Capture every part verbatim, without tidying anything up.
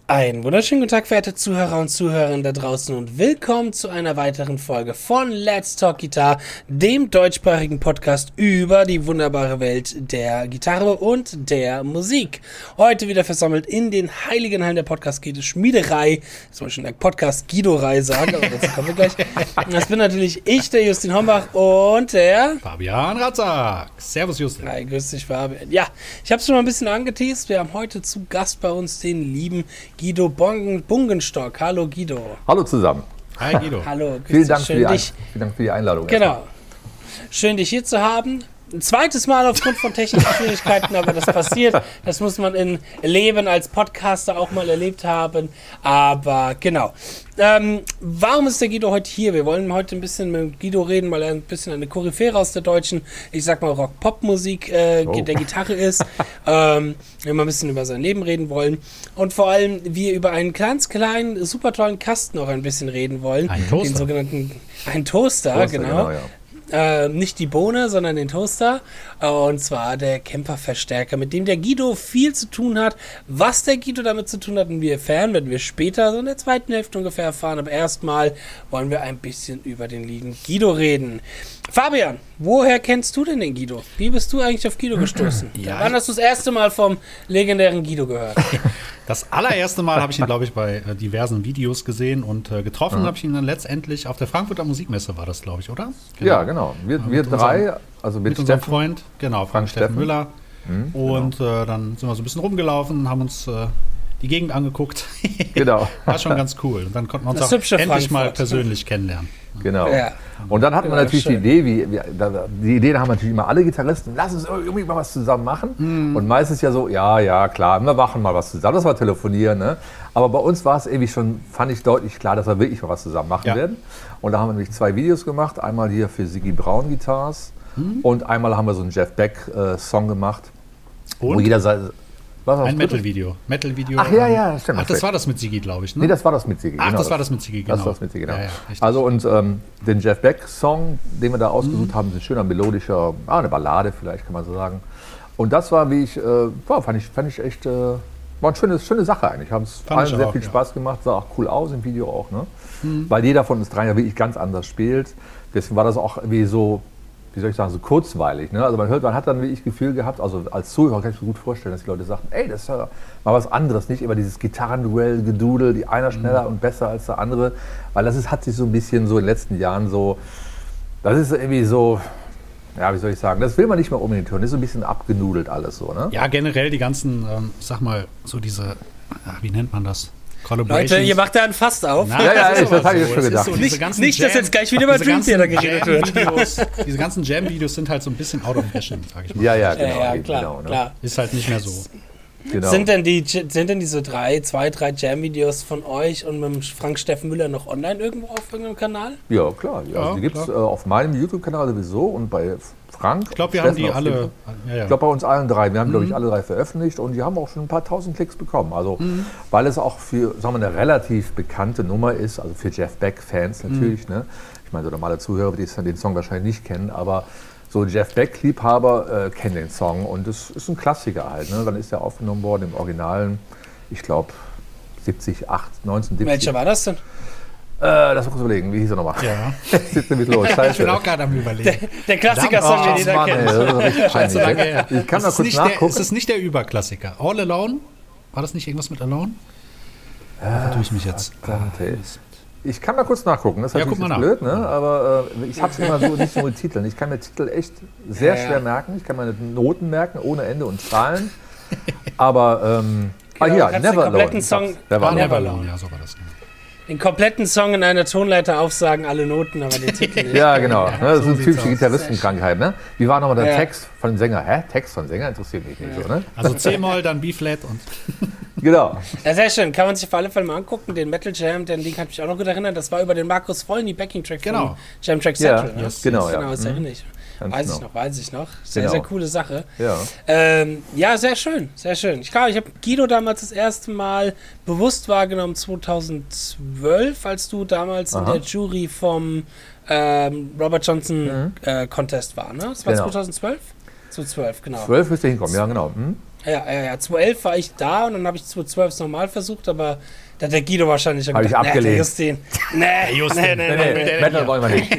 Einen wunderschönen guten Tag, verehrte Zuhörer und Zuhörerinnen da draußen und willkommen zu einer weiteren Folge von Let's Talk Guitar, dem deutschsprachigen Podcast über die wunderbare Welt der Gitarre und der Musik. Heute wieder versammelt in den heiligen Hallen der Podcast-Schmiederei, jetzt wollte ich schon der Podcast-Guido-Rei sagen, aber dazu kommen wir gleich. Das bin natürlich ich, der Justin Hombach und der Fabian Ratzak. Servus Justin. Hi, grüß dich Fabian. Ja, ich habe es schon mal ein bisschen angeteased, wir haben heute zu Gast bei uns den lieben Guido Bungenstock. Hallo Guido. Hallo zusammen. Hi Guido. Hallo. Vielen Dank, Schön, für die dich, vielen Dank für die Einladung. Genau. Erstmal. Schön, dich hier zu haben. Ein zweites Mal aufgrund von technischen Schwierigkeiten, aber das passiert. Das muss man im Leben als Podcaster auch mal erlebt haben. Aber genau. Ähm, warum ist der Guido heute hier? Wir wollen heute ein bisschen mit Guido reden, weil er ein bisschen eine Koryphäre aus der deutschen, ich sag mal Rock-Pop-Musik äh, oh. der Gitarre ist. ähm, wir mal ein bisschen über sein Leben reden wollen. Und vor allem wir über einen ganz kleinen, super tollen Kasten auch ein bisschen reden wollen. Ein Toaster. Den sogenannten, ein Toaster, Toaster, genau. genau ja. Äh, nicht die Bohne, sondern den Toaster. Äh, und zwar der Kemper-Verstärker, mit dem der Guido viel zu tun hat. Was der Guido damit zu tun hat, und wir erfahren, werden wir später so in der zweiten Hälfte ungefähr erfahren. Aber erstmal wollen wir ein bisschen über den lieben Guido reden. Fabian, woher kennst du denn den Guido? Wie bist du eigentlich auf Guido gestoßen? Ja, Wann hast du das erste Mal vom legendären Guido gehört? Das allererste Mal habe ich ihn, glaube ich, bei äh, diversen Videos gesehen und äh, getroffen mhm. habe ich ihn dann letztendlich auf der Frankfurter Musikmesse, war das, glaube ich, oder? Genau. Ja, genau. Wir, wir mit drei, unserem, also mit, mit unserem Steffen, Freund, genau, Frank, Frank Steffen Steffen Müller. Mhm, und genau. äh, dann sind wir so ein bisschen rumgelaufen, haben uns äh, die Gegend angeguckt. Genau. War schon ganz cool. Und dann konnten wir uns Das auch endlich Frankfurt. mal persönlich kennenlernen. Genau. Ja. Und dann hatten wir Ja, natürlich schön. die Idee, wie, wie, da, die Idee, da haben natürlich immer alle Gitarristen, lass uns irgendwie mal was zusammen machen. Mhm. Und meistens ja so, ja, ja, klar, wir machen mal was zusammen, das war telefonieren. Ne? Aber bei uns war es irgendwie schon, fand ich deutlich klar, dass wir wirklich mal was zusammen machen Ja. werden. Und da haben wir nämlich zwei Videos gemacht, einmal hier für Siggi Braun Guitars Mhm. und einmal haben wir so einen Jeff Beck äh, Song gemacht, wo Und jeder sei, was war das ein dritte? Metal-Video. Metal-Video. Ach ja, ähm, ja, stimmt. Ach, das war das mit Sigi, glaube ich, ne? Nee, das war das mit Siggi. Ach, genau, das war das mit Siggi, genau. Das war das mit Siggi, genau. Ja, ja, richtig. Also und ähm, den Jeff Beck-Song, den wir da ausgesucht Mhm. haben, ist ein schöner melodischer, ah, eine Ballade vielleicht, kann man so sagen. Und das war, wie ich, äh, war, fand ich, fand ich echt, äh, war eine schöne, schöne Sache eigentlich. Haben es Fand allen ich sehr auch, viel ja. Spaß gemacht, sah auch cool aus im Video auch, ne? Mhm. Weil jeder von uns dreien ja wirklich ganz anders spielt. Deswegen war das auch irgendwie so, wie soll ich sagen, so kurzweilig. Ne? Also man hört, man hat dann wirklich Gefühl gehabt, also als Zuhörer kann ich mir gut vorstellen, dass die Leute sagten, ey, das ist ja mal was anderes, nicht immer dieses Gitarrenduell, Gedudel, die einer schneller Mhm. und besser als der andere, weil das ist, hat sich so ein bisschen so in den letzten Jahren so, das ist irgendwie so, ja, wie soll ich sagen, das will man nicht mehr unbedingt hören, das ist so ein bisschen abgenudelt alles so, ne? Ja, generell die ganzen, ähm, sag mal, so diese, ja, wie nennt man das? Leute, ihr macht da ein Fass auf. Na, Ja, ja, ist ich- das aber hab ich so. schon Es ist gedacht. so, diese Nicht- ganzen nicht, dass Jam- jetzt gleich wieder über diese Dream ganzen Theater geredet wird. Jam-Videos- Diese ganzen Jam-Videos sind halt so ein bisschen out of fashion, sag ich mal. Ja, ja, Ja, genau. ja, eben, klar, genau, ne? klar. Ist halt nicht mehr so. Genau. Sind denn die sind denn diese drei, zwei, drei Jam-Videos von euch und mit dem Frank Steffen Müller noch online irgendwo auf irgendeinem Kanal? Ja, klar. Ja, Ja, also die gibt es äh, klar. auf meinem YouTube-Kanal sowieso und bei Frank. Ich glaube, wir haben Steffen die auf alle. jeden- Ja, ja. Ich glaube, bei uns allen drei. Wir haben, glaube ich, Mhm. alle drei veröffentlicht und die haben auch schon ein paar tausend Klicks bekommen. Also, Mhm. weil es auch für, sagen wir, eine relativ bekannte Nummer ist, also für Jeff Beck-Fans natürlich. Mhm. Ne? Ich meine, so normale Zuhörer, die den Song wahrscheinlich nicht kennen, aber so Jeff Beck-Liebhaber äh, kennen den Song und es ist ein Klassiker halt. Ne? Dann ist er aufgenommen worden im Originalen, ich glaube, siebzig, acht, neunzehnhundertsiebzig. Welcher war das denn? Äh, das muss ich überlegen, wie hieß er nochmal? Ja. Jetzt sitzt er mit los. Ich Scheiße. bin auch gerade am Überlegen. Der Klassiker-Song, den Ach, jeder Mann, ey, kennt. das ist richtig Schon so lange peinlich. her. Ich kann Es mal ist kurz nicht der, nachgucken. es ist nicht der Überklassiker. All Alone? War das nicht irgendwas mit Alone? Da tue ich mich jetzt. verdammt, Ah, ey. Mist. Ich kann mal kurz nachgucken, das ist Ja, natürlich guck mal blöd, nach. ne? Aber äh, ich habe es immer so nicht so mit Titeln. Ich kann mir Titel echt sehr Ja, ja. schwer merken. Ich kann meine Noten merken ohne Ende und Zahlen. Aber ähm, ah, Genau, hier, du kannst den Never Alone. kompletten Ich Song- sag's. Never Ah, Alone. Never Alone, ja, so war das. Den kompletten Song in einer Tonleiter aufsagen, alle Noten, aber den Titel nicht. Ja, genau. Ne, das so ist eine sieht's typische aus. Gitarristenkrankheit. Ne? Wie war nochmal der Ja. Text von dem Sänger? Hä? Text von Sänger interessiert mich nicht so, ne? Also C-Moll, dann B-Flat und. Genau. Ja, sehr schön. Kann man sich auf alle Fälle mal angucken. Den Metal Jam, den Link kann ich mich auch noch gut erinnern. Das war über den Markus Vollny Backing-Track Genau. von Jam Track Ja, Central. ne? yes, genau, ja. Genau, das Mhm. erinnere ich. Ganz Weiß genau. ich noch, weiß ich noch. Sehr, Genau. sehr coole Sache. Ja. Ähm, ja, sehr schön, sehr schön. Ich glaube, ich habe Guido damals das erste Mal bewusst wahrgenommen, zweitausendzwölf, als du damals Aha. in der Jury vom ähm, Robert Johnson Mhm. äh, Contest war, ne? Das war Genau. zweitausendzwölf? zweitausendzwölf, genau. zwölf müsste hinkommen, ja, genau. Hm? Ja, ja, ja. zweitausendelf war ich da und dann habe ich zweitausendzwölf es nochmal versucht, aber da hat der Guido wahrscheinlich schon Hab ich abgelehnt. Nee, Justin. Nee, Justin. nee, nee, Nee, nee, nee, Metal wollen wir nicht.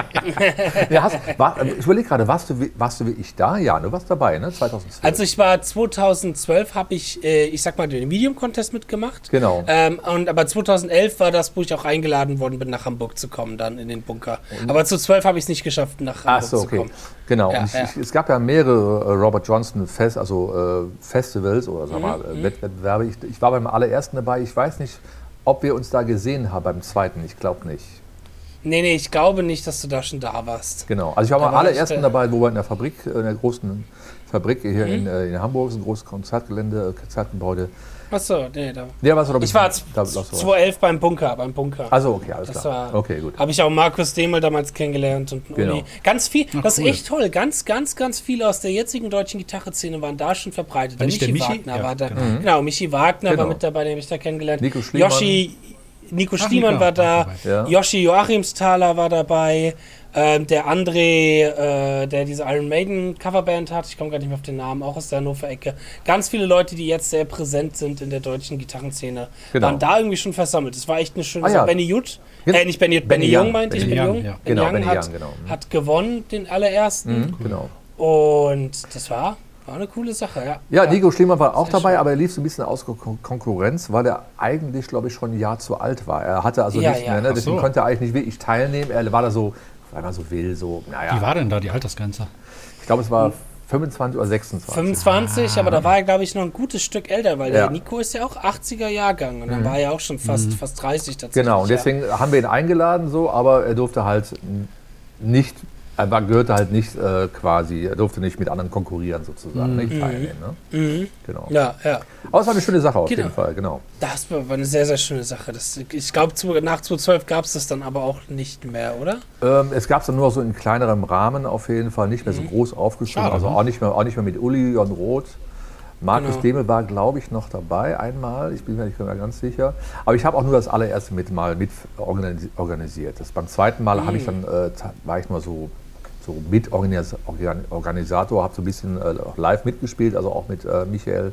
ja, hast, war, ich überlege gerade, warst du, warst du wirklich da? Ja, du warst dabei, ne? zweitausendzwölf. Also ich war zweitausendzwölf, habe ich, äh, ich sag mal, den Medium-Contest mitgemacht. Genau. Ähm, und, aber zweitausendelf war das, wo ich auch eingeladen worden bin, nach Hamburg zu kommen, dann in den Bunker. Und? Aber zu zwölf habe ich es nicht geschafft, nach Hamburg Ach so, okay. zu kommen. Genau. Ja, ich, ja. Ich, es gab ja mehrere äh, Robert Johnson Fest, also äh, Festivals oder sag mal, Mhm. äh, Wettbewerbe. Ich, ich war beim allerersten dabei. Ich weiß nicht, ob wir uns da gesehen haben beim zweiten. Ich glaube nicht. Nee, nee, ich glaube nicht, dass du da schon da warst. Genau. Also ich war Da beim war ich, allerersten äh, dabei, wo wir in der Fabrik, in der großen Fabrik hier Mhm. in, äh, in Hamburg, ist ein großes Konzertgelände, Konzertgebäude. Achso, nee, da. Ja, was oder Ich war da, zweitausendelf beim Bunker, beim Bunker. Also okay, alles Das klar. war- Okay, gut. Habe ich auch Markus Demel damals kennengelernt und Genau. Uli. Ganz viel, Ach, das ist cool. echt toll. Ganz, ganz, ganz viele aus der jetzigen deutschen Gitarreszene waren da schon verbreitet. War nicht der Michi? Wagner Ja, war da. genau. Genau, Michi Wagner Genau. war mit dabei, den habe ich da kennengelernt. Nico Schliemann. Yoshi, Nico Ach, Schliemann Nico war auch da. dabei. Ja. Yoshi Joachimsthaler war dabei. Ähm, der André, äh, der diese Iron Maiden Coverband hat, ich komme gar nicht mehr auf den Namen, auch aus der Hannover-Ecke. Ganz viele Leute, die jetzt sehr präsent sind in der deutschen Gitarrenszene, Genau. waren da irgendwie schon versammelt. Das war echt eine schöne Ah, Sache. ja. Benny Jut, Gen- äh, nicht Benny Jut, Benny, Benny Young Young. meinte ich, Benny Benny Young, Young. ja. Benny Genau, Young Benny hat, Young, genau. hat gewonnen, den allerersten. Mhm, genau. Und das war, war eine coole Sache, ja. Ja, Nico Schliemann war auch Sehr dabei, schön. aber er lief so ein bisschen aus Kon Konkurrenz, weil er eigentlich, glaube ich, schon ein Jahr zu alt war. Er hatte also Ja, nicht ja. mehr, ne? Ach deswegen so. konnte er eigentlich nicht wirklich teilnehmen. Er war da so, weil man so will, so, naja. Wie war denn da die Altersgrenze? Ich glaube, es war fünfundzwanzig oder sechsundzwanzig. fünfundzwanzig, aber da war er, glaube ich, noch ein gutes Stück älter, weil Ja. der Nico ist ja auch achtziger Jahrgang und dann war er ja auch schon fast, fast dreißig tatsächlich. Genau, und ja. deswegen haben wir ihn eingeladen, so, aber er durfte halt nicht, er war- gehörte halt nicht äh, quasi, er durfte nicht mit anderen konkurrieren sozusagen, nicht teilnehmen. Ne? Mhm. Genau. Ja, ja. Aber es war eine schöne Sache auf Genau. jeden Fall, genau. Das war war eine sehr, sehr schöne Sache. Das, ich glaube, nach zweitausendzwölf gab es das dann aber auch nicht mehr, oder? Ähm, es gab es dann nur so in kleinerem Rahmen auf jeden Fall, nicht mehr Mhm. so groß aufgezogen, Schade, also ne? auch nicht mehr, auch nicht mehr mit Uli und Roth. Markus Genau. Demel war, glaube ich, noch dabei einmal, ich bin mir nicht mehr ganz sicher. Aber ich habe auch nur das allererste mit mal mit organisi- organisiert. Das beim zweiten Mal habe ich dann, äh, ta- war ich nur so, so Mitorganisator, habe so ein bisschen äh, auch live mitgespielt, also auch mit äh, Michael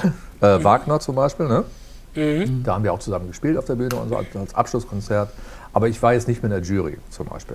äh, Wagner zum Beispiel. Ne? Mhm. Da haben wir auch zusammen gespielt auf der Bühne und so als, als Abschlusskonzert. Aber ich war jetzt nicht mehr in der Jury zum Beispiel.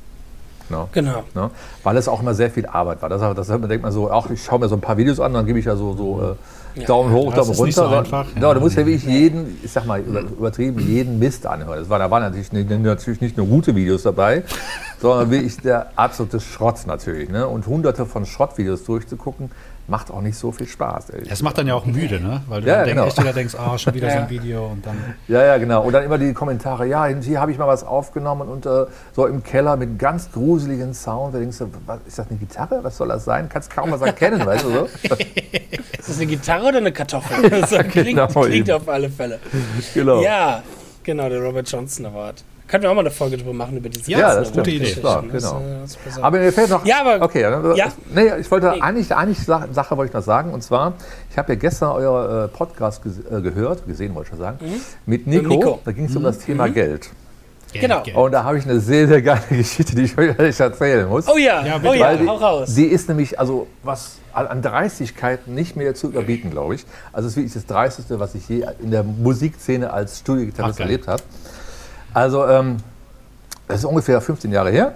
No? Genau. Ne? Weil es auch immer sehr viel Arbeit war. Das, das man denkt man so, ach, ich schaue mir so ein paar Videos an, dann gebe ich ja so, so äh, Ja. Daumen hoch, Das Daumen ist runter. nicht so Aber- einfach, Ja, ja. du musst ja wirklich jeden, ich sag mal über- übertrieben, jeden Mist anhören. Das war, da waren natürlich nicht, natürlich nicht nur gute Videos dabei, sondern wirklich der absolute Schrott natürlich. Ne? Und hunderte von Schrottvideos durchzugucken, macht auch nicht so viel Spaß. ehrlich Das macht dann ja auch müde, ne? Weil du Ja, dann ja, denk, genau. echt wieder denkst, ah, schon wieder so Ja. ein Video und dann. Ja, ja, genau. Und dann immer die Kommentare, ja, hier habe ich mal was aufgenommen und äh, so im Keller mit ganz gruseligen Sound. Da denkst du, was, ist das eine Gitarre? Was soll das sein? Kannst kaum was erkennen, weißt du so? Ist das eine Gitarre oder eine Kartoffel? Das klingt, Genau, klingt eben. auf alle Fälle. Genau. Ja, genau, der Robert Johnson Award. Können wir auch mal eine Folge drüber machen über diese Ja, ganzen das stimmt. gute Idee. Award-Geschichten. Klar, genau. Das, äh, das pass auf. Aber mir fällt noch. Ja, aber- Okay, dann- Ja. nee, ich wollte Nee. eigentlich, eigentlich Sache, Sache wollte ich noch sagen. Und zwar, ich habe ja gestern euer äh, Podcast ges äh, gehört, gesehen wollte ich schon sagen, mit Nico. Nico. Da ging es um das Thema Geld. Genau. Geld. Und da habe ich eine sehr, sehr geile Geschichte, die ich euch ehrlich erzählen muss. Oh ja, Ja, oh bitte. ja, Weil die, hau raus. die ist nämlich, also was an Dreistigkeit nicht mehr zu überbieten, glaube ich. Also es ist wirklich das Dreisteste, was ich je in der Musikszene als Studiogitarrist Ach, geil. erlebt habe. Also ähm, das ist ungefähr fünfzehn Jahre her.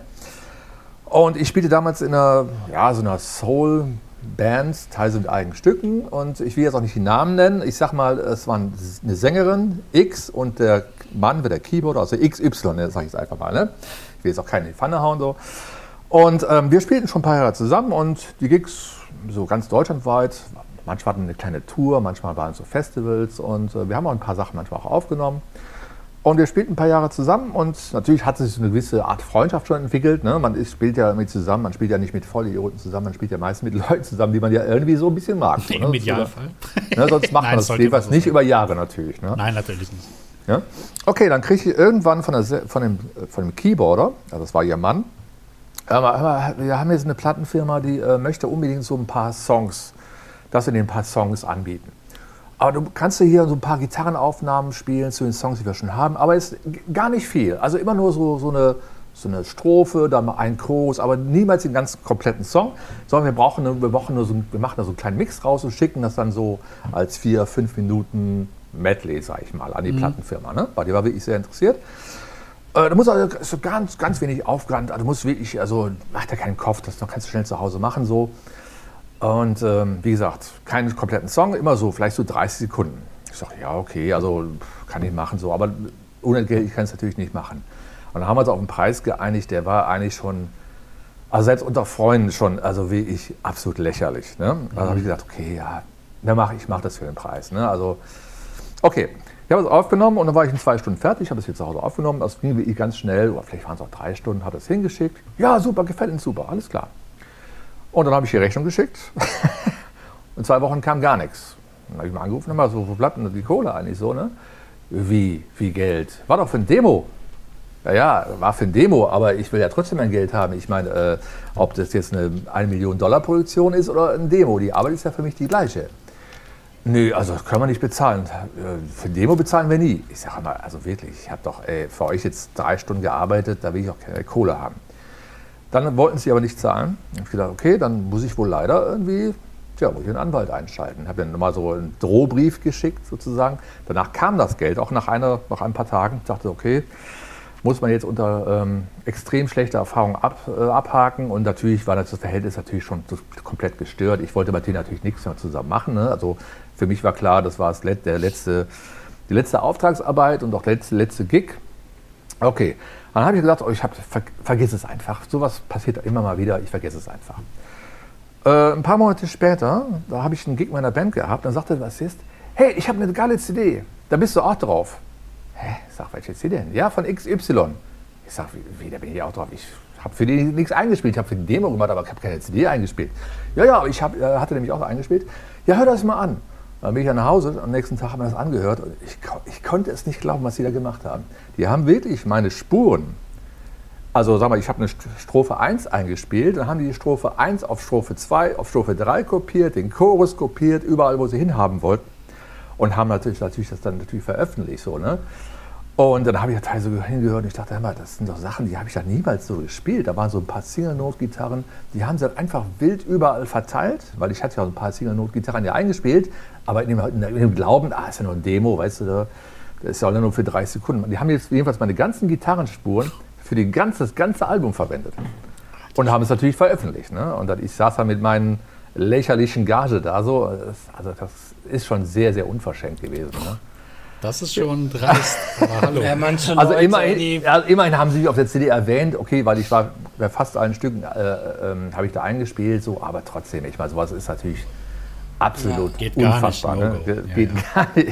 Und ich spielte damals in einer, ja, so einer Soul-Band, teilweise mit eigenen Stücken. Und ich will jetzt auch nicht die Namen nennen. Ich sag mal, es waren eine Sängerin, X, und der Mann mit der Keyboarder, also X Y, ne, sag ich jetzt einfach mal. Ne? Ich will jetzt auch keinen in die Pfanne hauen. So. Und ähm, wir spielten schon ein paar Jahre zusammen und die Gigs so ganz deutschlandweit. Manchmal hatten wir eine kleine Tour, manchmal waren es so Festivals und äh, wir haben auch ein paar Sachen manchmal auch aufgenommen. Und wir spielten ein paar Jahre zusammen und natürlich hat sich so eine gewisse Art Freundschaft schon entwickelt. Ne? Man ist, spielt ja mit zusammen, man spielt ja nicht mit Vollidioten zusammen, man spielt ja meist mit Leuten zusammen, die man ja irgendwie so ein bisschen mag. So, ne? Im Idealfall. Ne? Sonst macht Nein, man das das sollte jeweils so nicht sein. über Jahre natürlich. Ne? Nein, natürlich nicht. Ja? Okay, dann kriege ich irgendwann von, der, Se- von, dem, von dem Keyboarder, also das war ihr Mann, aber, aber wir haben jetzt eine Plattenfirma, die äh, möchte unbedingt so ein paar Songs, dass wir den ein paar Songs anbieten. Aber du kannst dir hier so ein paar Gitarrenaufnahmen spielen zu den Songs, die wir schon haben, aber es ist g- gar nicht viel. Also immer nur so, so, eine, so eine Strophe, dann mal ein Chorus, aber niemals den ganzen kompletten Song, sondern wir brauchen, nur, wir, brauchen nur so, wir machen da so einen kleinen Mix raus und schicken das dann so als vier, fünf Minuten Medley, sag ich mal, an die mhm. Plattenfirma. Ne? Weil die war wirklich sehr interessiert. Äh, da muss also so ganz, ganz wenig Aufwand, also du musst wirklich, also mach dir keinen Kopf, das kannst du schnell zu Hause machen so. Und ähm, wie gesagt, keinen kompletten Song, immer so, vielleicht so dreißig Sekunden. Ich sage, ja, okay, also kann ich machen so, aber ohne Geld, ich kann es natürlich nicht machen. Und dann haben wir uns auf einen Preis geeinigt, der war eigentlich schon, also selbst unter Freunden schon, also wie ich, absolut lächerlich. Ne? Also mhm. habe ich gesagt, okay, ja, dann mach, ich mache das für den Preis. Ne? Also, okay, ich habe es aufgenommen und dann war ich in zwei Stunden fertig, habe es hier zu Hause aufgenommen, das ging wie ganz schnell, oder vielleicht waren es auch drei Stunden, habe es hingeschickt. Ja, super, gefällt Ihnen super, alles klar. Und dann habe ich die Rechnung geschickt. In zwei Wochen kam gar nichts. Dann habe ich mal angerufen, mal so, wo bleibt denn die Kohle eigentlich so, ne? Wie, wie Geld? War doch für ein Demo. Ja, ja, war für ein Demo, aber ich will ja trotzdem mein Geld haben. Ich meine, äh, ob das jetzt eine eine Million Dollar Produktion ist oder ein Demo, die Arbeit ist ja für mich die gleiche. Nö, also das können wir nicht bezahlen. Für ein Demo bezahlen wir nie. Ich sage mal, also wirklich, ich habe doch ey, für euch jetzt drei Stunden gearbeitet, da will ich auch keine Kohle haben. Dann wollten sie aber nicht zahlen. Ich habe gedacht, okay, dann muss ich wohl leider irgendwie, tja, muss ich einen Anwalt einschalten. Ich habe dann nochmal so einen Drohbrief geschickt sozusagen. Danach kam das Geld, auch nach, einer, nach ein paar Tagen. Ich dachte, okay, muss man jetzt unter ähm, extrem schlechter Erfahrung ab, äh, abhaken. Und natürlich war das Verhältnis natürlich schon so komplett gestört. Ich wollte mit denen natürlich nichts mehr zusammen machen. Ne? Also für mich war klar, das war das Let- der letzte, die letzte Auftragsarbeit und auch der letzte, letzte Gig. Okay, dann habe ich gesagt, oh, ich hab, ver, vergiss es einfach. Sowas passiert immer mal wieder, ich vergesse es einfach. Äh, ein paar Monate später, da habe ich einen Gig meiner Band gehabt, dann sagte der Bassist, hey, ich habe eine geile C D, da bist du auch drauf. Hä? Ich sag, welche C D denn? Ja, von X Y. Ich sag, wie, wie da bin ich auch drauf? Ich habe für die nichts eingespielt, ich habe für die Demo gemacht, aber ich habe keine C D eingespielt. Ja, ja, ich hab, äh, hatte nämlich auch eingespielt. Ja, hör das mal an. Dann bin ich nach Hause, am nächsten Tag haben wir das angehört und ich, ich konnte es nicht glauben, was sie da gemacht haben. Die haben wirklich meine Spuren, also sag mal, ich habe eine Strophe eins eingespielt, dann haben die die Strophe eins auf Strophe zwei, auf Strophe drei kopiert, den Chorus kopiert, überall, wo sie hinhaben wollten und haben natürlich, natürlich das dann natürlich veröffentlicht. So, ne? Und dann habe ich da teilweise so hingehört und ich dachte, immer, das sind doch Sachen, die habe ich da niemals so gespielt. Da waren so ein paar Single-Note-Gitarren, die haben sie dann einfach wild überall verteilt, weil ich hatte ja auch ein paar Single-Note-Gitarren ja eingespielt, aber in dem, in dem Glauben, ah, ist ja nur ein Demo, weißt du, da, das ist ja auch nur für dreißig Sekunden. Die haben jetzt jedenfalls meine ganzen Gitarrenspuren für die ganze, das ganze Album verwendet und haben es natürlich veröffentlicht. Ne? Und dann, ich saß da mit meinen lächerlichen Gage da, so, das, also das ist schon sehr, sehr unverschämt gewesen. Ne? Das ist schon dreist. Aber hallo. Ja, manche Leute, also immerhin, ja, immerhin haben sie mich auf der C D erwähnt, okay, weil ich war bei fast allen Stücken, äh, äh, habe ich da eingespielt, so, aber trotzdem, ich meine, sowas ist natürlich absolut ja, geht unfassbar. Gar nicht, ne? ja, geht ja. gar nicht.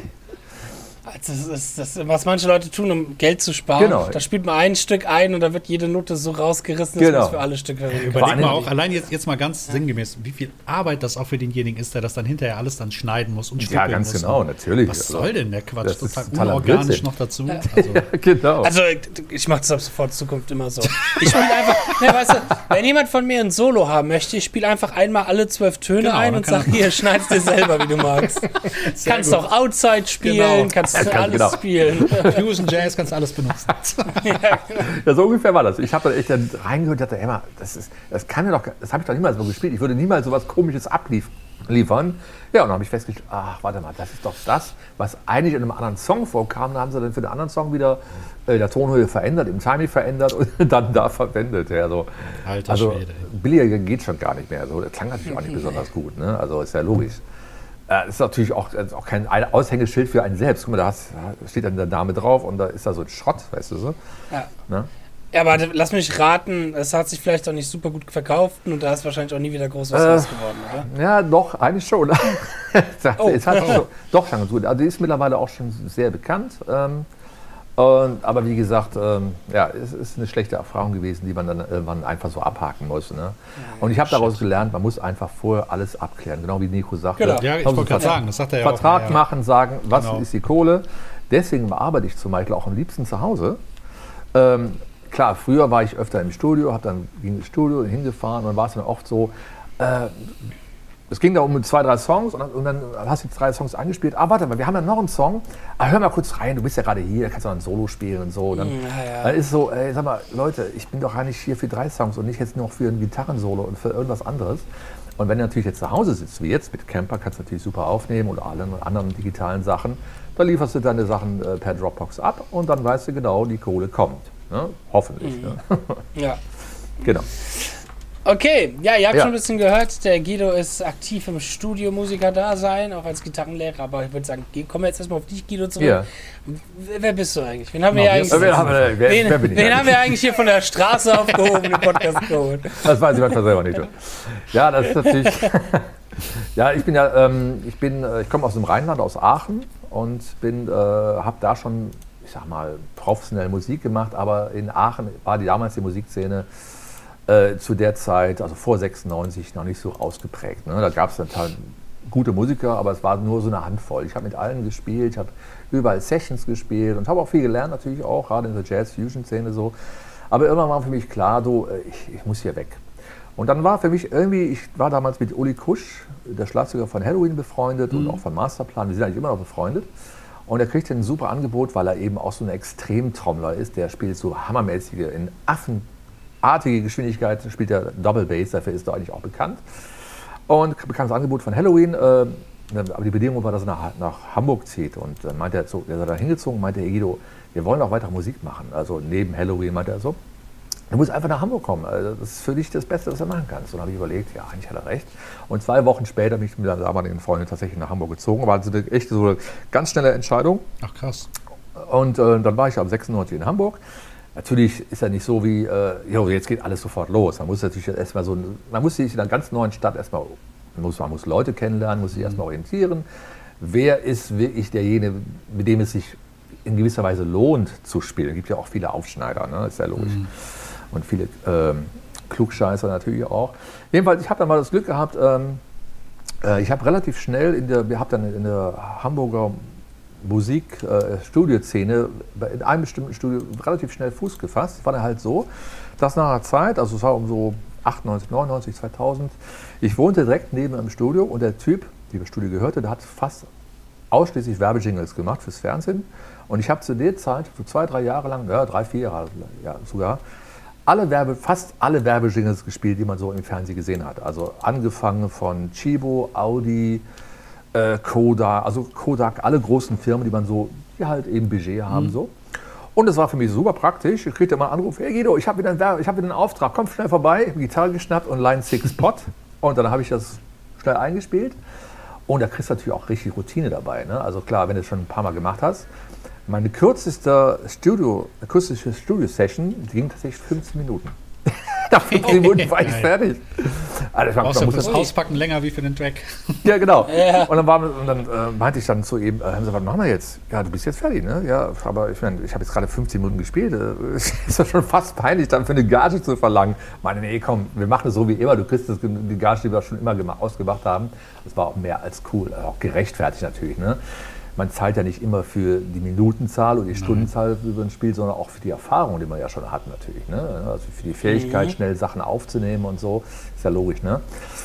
Das ist das, was manche Leute tun, um Geld zu sparen. Genau. Da spielt man ein Stück ein und da wird jede Note so rausgerissen, genau. dass man für alle Stücke ja, überleg mal auch, allein jetzt, jetzt mal ganz ja. sinngemäß, wie viel Arbeit das auch für denjenigen ist, der das dann hinterher alles dann schneiden muss und ja, ganz muss. genau, natürlich. Was soll denn der Quatsch? Das total ist total unorganisch Blödsinn. noch dazu. Ja. Also, ja, genau. Also ich mache das ab sofort in Zukunft immer so. Ich spiele einfach, ne, weißt du, wenn jemand von mir ein Solo haben möchte, ich spiele einfach einmal alle zwölf Töne genau, ein und sag, hier, schneid's dir selber, wie du magst. Sehr kannst gut. auch Outside spielen, Genau. kannst Ja, kann, alles genau. spielen. Fusion Jazz kannst du alles benutzen. Ja, so ungefähr war das. Ich habe da echt dann reingehört und dachte, Emma, das, ist, das kann ja doch, das habe ich doch niemals so gespielt. Ich würde niemals so was Komisches abliefern. Ja, und dann habe ich festgestellt, ach, warte mal, das ist doch das, was eigentlich in einem anderen Song vorkam. Da haben sie dann für den anderen Song wieder äh, der Tonhöhe verändert, im Timing verändert und dann da verwendet. Ja, so. Alter also Schwede. billiger geht schon gar nicht mehr. Also, das klang natürlich auch nicht besonders gut. Ne? Also ist ja logisch. Das ist natürlich auch, auch kein Aushängeschild für einen selbst. Guck mal, da hast, steht dann der Name drauf und da ist da so ein Schrott, weißt du so. Ja. Ne? Ja, aber lass mich raten, es hat sich vielleicht auch nicht super gut verkauft und da ist wahrscheinlich auch nie wieder groß was Äh, raus geworden, oder? Ja, doch, eigentlich schon. Oh. es hat schon, doch schon ganz gut. Also die ist mittlerweile auch schon sehr bekannt. Ähm, und, aber wie gesagt, ähm, ja, es ist eine schlechte Erfahrung gewesen, die man dann irgendwann einfach so abhaken muss. Ne? Ja, und ich habe daraus gelernt, man muss einfach vorher alles abklären. Genau wie Nico sagte. Genau. Ja, ich wollte gerade sagen, das sagt er ja Vertrag auch. Ja. machen, sagen, was Genau. ist die Kohle. Deswegen arbeite ich zum Beispiel auch am liebsten zu Hause. Ähm, klar, früher war ich öfter im Studio, habe dann ging ins Studio hingefahren und dann war es dann oft so, äh, es ging da um zwei, drei Songs und dann, und dann hast du die drei Songs angespielt. Ah, warte mal, wir haben ja noch einen Song. Ah, hör mal kurz rein, du bist ja gerade hier, da kannst du noch ein Solo spielen und so. Und dann, ja, ja. dann ist es so, ey, sag mal, Leute, ich bin doch gar nicht hier für drei Songs und nicht jetzt noch für ein Gitarrensolo und für irgendwas anderes. Und wenn du natürlich jetzt zu Hause sitzt, wie jetzt mit Camper, kannst du natürlich super aufnehmen oder allen anderen digitalen Sachen. Da lieferst du deine Sachen äh, per Dropbox ab und dann weißt du genau, die Kohle kommt. Ne? Hoffentlich. Mhm. Ne? Ja. Genau. Okay, ja, ihr habt Ja. schon ein bisschen gehört, der Guido ist aktiv im Studio Musiker-Dasein, auch als Gitarrenlehrer, aber ich würde sagen, kommen wir jetzt erstmal auf dich, Guido, zurück. Ja. Wer, wer bist du eigentlich? Wen haben wir, eigentlich, Wer, wer, wer, wer, wen, wer bin ich wen eigentlich? haben wir eigentlich hier von der Straße aufgehoben, den Podcast geholt? Das weiß ich manchmal selber nicht. Ja, das ist natürlich. Ja, ich bin ja, ähm, ich bin, äh, ich komme aus dem Rheinland, aus Aachen und bin, äh, habe da schon, ich sag mal, professionell Musik gemacht, aber in Aachen war die damals die Musikszene äh, zu der Zeit, also vor sechsundneunzig, noch nicht so ausgeprägt. Ne? Da gab es natürlich gute Musiker, aber es war nur so eine Handvoll. Ich habe mit allen gespielt, ich habe überall Sessions gespielt und habe auch viel gelernt, natürlich auch, gerade in der Jazz-Fusion-Szene so. Aber irgendwann war für mich klar, du, ich, ich muss hier weg. Und dann war für mich irgendwie, ich war damals mit Uli Kusch, der Schlagzeuger von Halloween, befreundet mhm. und auch von Masterplan, wir sind eigentlich immer noch befreundet. Und er kriegte ein super Angebot, weil er eben auch so ein Extremtrommler ist, der spielt so hammermäßige, in affenartige Geschwindigkeit, spielt er Double Bass, dafür ist er eigentlich auch bekannt. Und bekam das Angebot von Halloween, äh, aber die Bedingung war, dass er nach, nach Hamburg zieht. Und dann meinte er, so, er ist da hingezogen, meinte er, Guido, wir wollen auch weiter Musik machen. Also neben Halloween meinte er so, du musst einfach nach Hamburg kommen. Also das ist für dich das Beste, was du machen kannst. Und dann habe ich überlegt, ja, eigentlich hat er recht. Und zwei Wochen später bin ich mit meiner damaligen Freundin tatsächlich nach Hamburg gezogen. War also eine echt so eine ganz schnelle Entscheidung. Ach krass. Und äh, dann war ich ab sechsundneunzig in Hamburg. Natürlich ist ja nicht so wie, äh, jo, jetzt geht alles sofort los. Man muss natürlich erstmal so, man muss sich in einer ganz neuen Stadt erstmal, man muss, man muss Leute kennenlernen, muss sich erstmal orientieren. Wer ist wirklich derjenige, mit dem es sich in gewisser Weise lohnt zu spielen? Es gibt ja auch viele Aufschneider, ne? Ist ja logisch. Mhm. Und viele ähm, Klugscheißer natürlich auch. Jedenfalls, ich habe dann mal das Glück gehabt, ähm, äh, ich habe relativ schnell in der, wir haben dann in der Hamburger Musik-Studioszene äh, in einem bestimmten Studio relativ schnell Fuß gefasst. Es war dann halt so, dass nach einer Zeit, also es war um so achtundneunzig, neunundneunzig, zweitausend, ich wohnte direkt neben einem Studio und der Typ, der das Studio gehörte, der hat fast ausschließlich Werbejingles gemacht fürs Fernsehen. Und ich habe zu der Zeit, so zwei, drei Jahre lang, ja, drei, vier Jahre ja, sogar, alle Werbe, fast alle Werbejingles gespielt, die man so im Fernsehen gesehen hat. Also angefangen von Chibo, Audi, äh, Kodak, also Kodak, alle großen Firmen, die man so, die halt eben Budget haben. Mhm. So. Und es war für mich super praktisch. Ich kriegte mal einen Anruf, hey Guido, ich habe wieder, hab wieder einen Auftrag, komm schnell vorbei. Ich habe Gitarre geschnappt und Line six Pot. Und dann habe ich das schnell eingespielt. Und da kriegst du natürlich auch richtig Routine dabei. Ne? Also klar, wenn du es schon ein paar Mal gemacht hast. Meine kürzeste Studio, kürzeste Studio-Session, die ging tatsächlich fünfzehn Minuten. Nach fünfzehn Minuten war ich fertig. Also, brauchst du das Auspacken länger wie für den Track. Ja, genau. Ja. Und dann, war, und dann äh, meinte ich dann zu ihm, äh, haben Sie, was machen wir jetzt? Ja, du bist jetzt fertig, ne? Ja, aber ich meine, ich habe jetzt gerade fünfzehn Minuten gespielt. Äh, ist doch schon fast peinlich, dann für eine Gage zu verlangen. Ich meine, nee, komm, wir machen es so wie immer. Du kriegst das, die Gage, die wir schon immer gemacht, ausgemacht haben. Das war auch mehr als cool, auch gerechtfertigt natürlich, ne? Man zahlt ja nicht immer für die Minutenzahl oder die Stundenzahl über ein Spiel, sondern auch für die Erfahrung, die man ja schon hat natürlich. Ne? Also für die Fähigkeit, mhm. schnell Sachen aufzunehmen und so. Ist ja logisch, ne?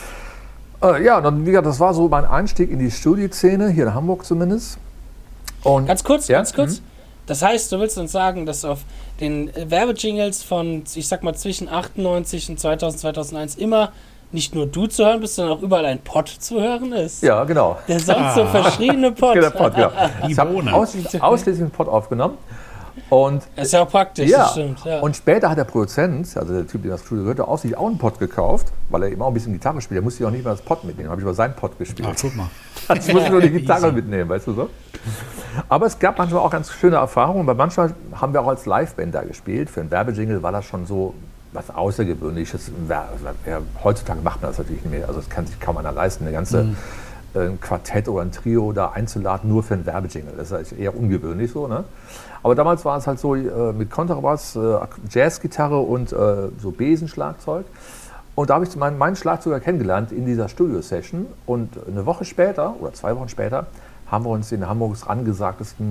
Äh, ja, dann, wie gesagt, das war so mein Einstieg in die Studioszene, hier in Hamburg zumindest. Und, ganz kurz, ja? ganz kurz. Mhm. Das heißt, du willst uns sagen, dass auf den Werbejingles von, ich sag mal, zwischen achtundneunzig und zweitausend, zweitausendeins immer nicht nur du zu hören bist, sondern auch überall ein Pod zu hören ist. Ja, genau. Der sonst ah. so verschriebene Pod. Der Pod, ja. Ich habe aus, ausschließlich einen Pod aufgenommen. Und das ist ja auch praktisch, ja. das stimmt. Ja. Und später hat der Produzent, also der Typ, der das Studio gehörte, auch sich auch einen Pod gekauft, weil er eben auch ein bisschen Gitarre spielt. Der musste ja auch nicht mehr das Pod mitnehmen, habe ich über seinen Pod gespielt. Ach, guck mal. Ich musste nur die Gitarre mitnehmen, weißt du so? Aber es gab manchmal auch ganz schöne Erfahrungen, weil manchmal haben wir auch als Liveband da gespielt. Für einen Werbejingle war das schon so was Außergewöhnliches. Ja, heutzutage macht man das natürlich nicht mehr. Also das kann sich kaum einer leisten, eine ganze mhm. ein Quartett oder ein Trio da einzuladen, nur für einen Werbejingle. Das ist eher ungewöhnlich so, ne? Aber damals war es halt so äh, mit Kontrabass, äh, Jazzgitarre und äh, so Besenschlagzeug. Und da habe ich meinen, meinen Schlagzeuger kennengelernt in dieser Studio-Session. Und eine Woche später oder zwei Wochen später haben wir uns den Hamburgs angesagtesten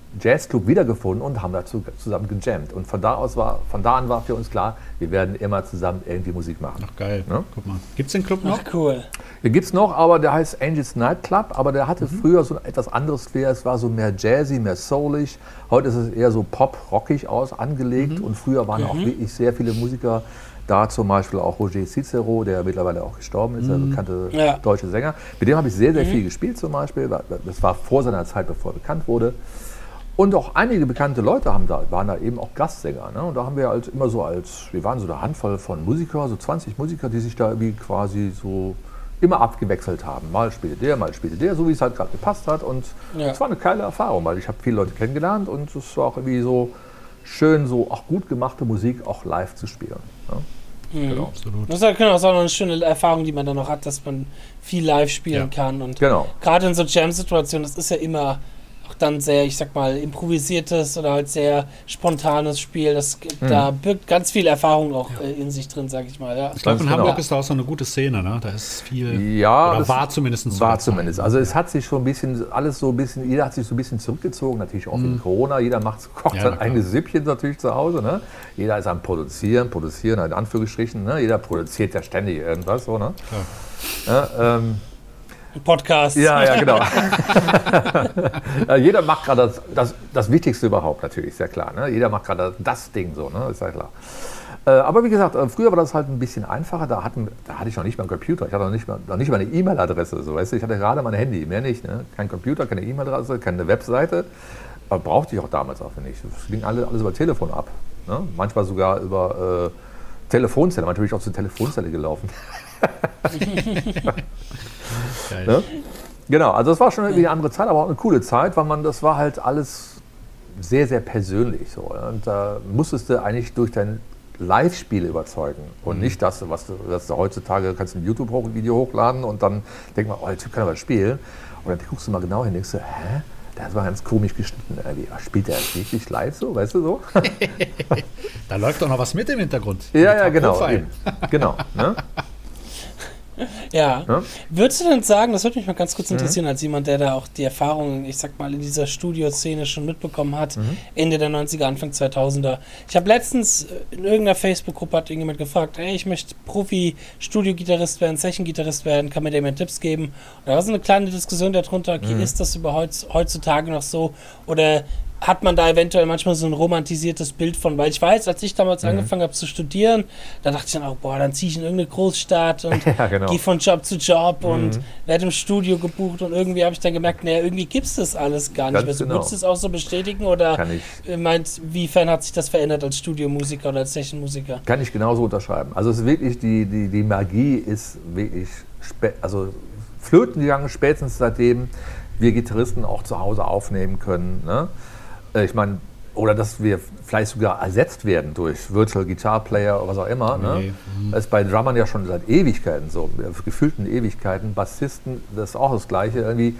Jazzclub wiedergefunden und haben dazu zusammen gejammt. Und von da aus war, von da an war für uns klar, wir werden immer zusammen irgendwie Musik machen. Ach geil, ja? Guck mal. Gibt's den Club noch? Ach cool. Den gibt's noch, aber der heißt Angels Night Club, aber der hatte mhm. früher so ein etwas anderes Flair. Es war so mehr jazzy, mehr soulig. Heute ist es eher so pop-rockig aus angelegt mhm. und früher waren mhm. auch wirklich sehr viele Musiker da, zum Beispiel auch Roger Cicero, der mittlerweile auch gestorben ist, mhm. der bekannte ja. deutsche Sänger. Mit dem habe ich sehr, sehr mhm. viel gespielt zum Beispiel. Das war vor seiner Zeit, bevor er bekannt wurde. Und auch einige bekannte Leute haben da, waren da eben auch Gastsänger. Ne? Und da haben wir halt immer so als, wir waren so eine Handvoll von Musiker, so zwanzig Musiker, die sich da irgendwie quasi so immer abgewechselt haben. Mal spielte der, mal spielte der, so wie es halt gerade gepasst hat. Und es ja. war eine geile Erfahrung, weil ich habe viele Leute kennengelernt und es war auch irgendwie so schön, so auch gut gemachte Musik auch live zu spielen. Ne? Mhm. Genau. Absolut. Das ist ja genau, das ist auch noch eine schöne Erfahrung, die man dann noch hat, dass man viel live spielen ja. kann. Und genau. gerade in so Jam-Situationen, das ist ja immer dann sehr, ich sag mal, improvisiertes oder halt sehr spontanes Spiel. Das, mhm. Da birgt ganz viel Erfahrung auch ja. in sich drin, sag ich mal. Ja. Ich glaube, in Hamburg genau. ist da auch so eine gute Szene, ne? Da ist viel, ja, oder war zumindest so. War zumindest. Also es hat sich schon ein bisschen, alles so ein bisschen, jeder hat sich so ein bisschen zurückgezogen, natürlich auch mhm. in Corona. Jeder macht, kocht ja, sein eigenes Süppchen natürlich zu Hause. Ne? Jeder ist am Produzieren, produzieren in Anführungsstrichen. Ne? Jeder produziert ja ständig irgendwas. So, ne? Ja, ähm, Podcast. Ja, ja, genau. Ja, jeder macht gerade das, das, das Wichtigste überhaupt, natürlich, ist ja klar. Ne? Jeder macht gerade das Ding so, ne? Ist ja klar. Äh, aber wie gesagt, früher war das halt ein bisschen einfacher. Da, hatten, da hatte ich noch nicht mal einen Computer. Ich hatte noch nicht mal, noch nicht mal eine E-Mail-Adresse. So, weißt du? Ich hatte gerade mein Handy, mehr nicht. Ne? Kein Computer, keine E-Mail-Adresse, keine Webseite. Aber brauchte ich auch damals auch nicht. Es ging alles, alles über Telefon ab. Ne? Manchmal sogar über äh, Telefonzelle. Manchmal bin ich auch zur Telefonzelle gelaufen. Geil. Ne? Genau, also es war schon irgendwie eine andere Zeit, aber auch eine coole Zeit, weil man, das war halt alles sehr, sehr persönlich. So. Und da musstest du eigentlich durch dein Live-Spiel überzeugen und mhm. nicht das, was du, was du heutzutage kannst ein YouTube-Video hochladen und dann denkt man, oh, der Typ kann aber spielen. Und dann guckst du mal genau hin und denkst du, hä? Das war ganz komisch geschnitten. Spielt der wirklich live so, weißt du so? Da läuft doch noch was mit im Hintergrund. Ja, ja, genau. Genau. Ne? Ja. ja. Würdest du denn sagen, das würde mich mal ganz kurz interessieren, mhm. als jemand, der da auch die Erfahrungen, ich sag mal, in dieser Studioszene schon mitbekommen hat, mhm. Ende der neunziger, Anfang zweitausender. Ich habe letztens in irgendeiner Facebook-Gruppe hat irgendjemand gefragt, ey, ich möchte Profi-Studio-Gitarrist werden, Session-Gitarrist werden, kann mir der mir Tipps geben? Und da war so eine kleine Diskussion darunter, okay, mhm. ist das überhaupt heutzutage noch so? Oder hat man da eventuell manchmal so ein romantisiertes Bild von, weil ich weiß, als ich damals mhm. angefangen habe zu studieren, da dachte ich dann auch, boah, dann ziehe ich in irgendeine Großstadt und ja, genau. gehe von Job zu Job mhm. und werde im Studio gebucht und irgendwie habe ich dann gemerkt, naja, irgendwie gibt es das alles gar nicht mehr. Genau. Würdest du es auch so bestätigen oder meint, wiefern hat sich das verändert als Studiomusiker oder als Sessionmusiker? Kann ich genauso unterschreiben. Also es ist wirklich, die, die, die Magie ist wirklich, also flöten gegangen, spätestens seitdem wir Gitarristen auch zu Hause aufnehmen können, ne? Ich meine, oder dass wir vielleicht sogar ersetzt werden durch Virtual Guitar Player oder was auch immer. Okay. Ne? Mhm. Das ist bei Drummern ja schon seit Ewigkeiten so, gefühlten Ewigkeiten. Bassisten, das ist auch das Gleiche. Irgendwie.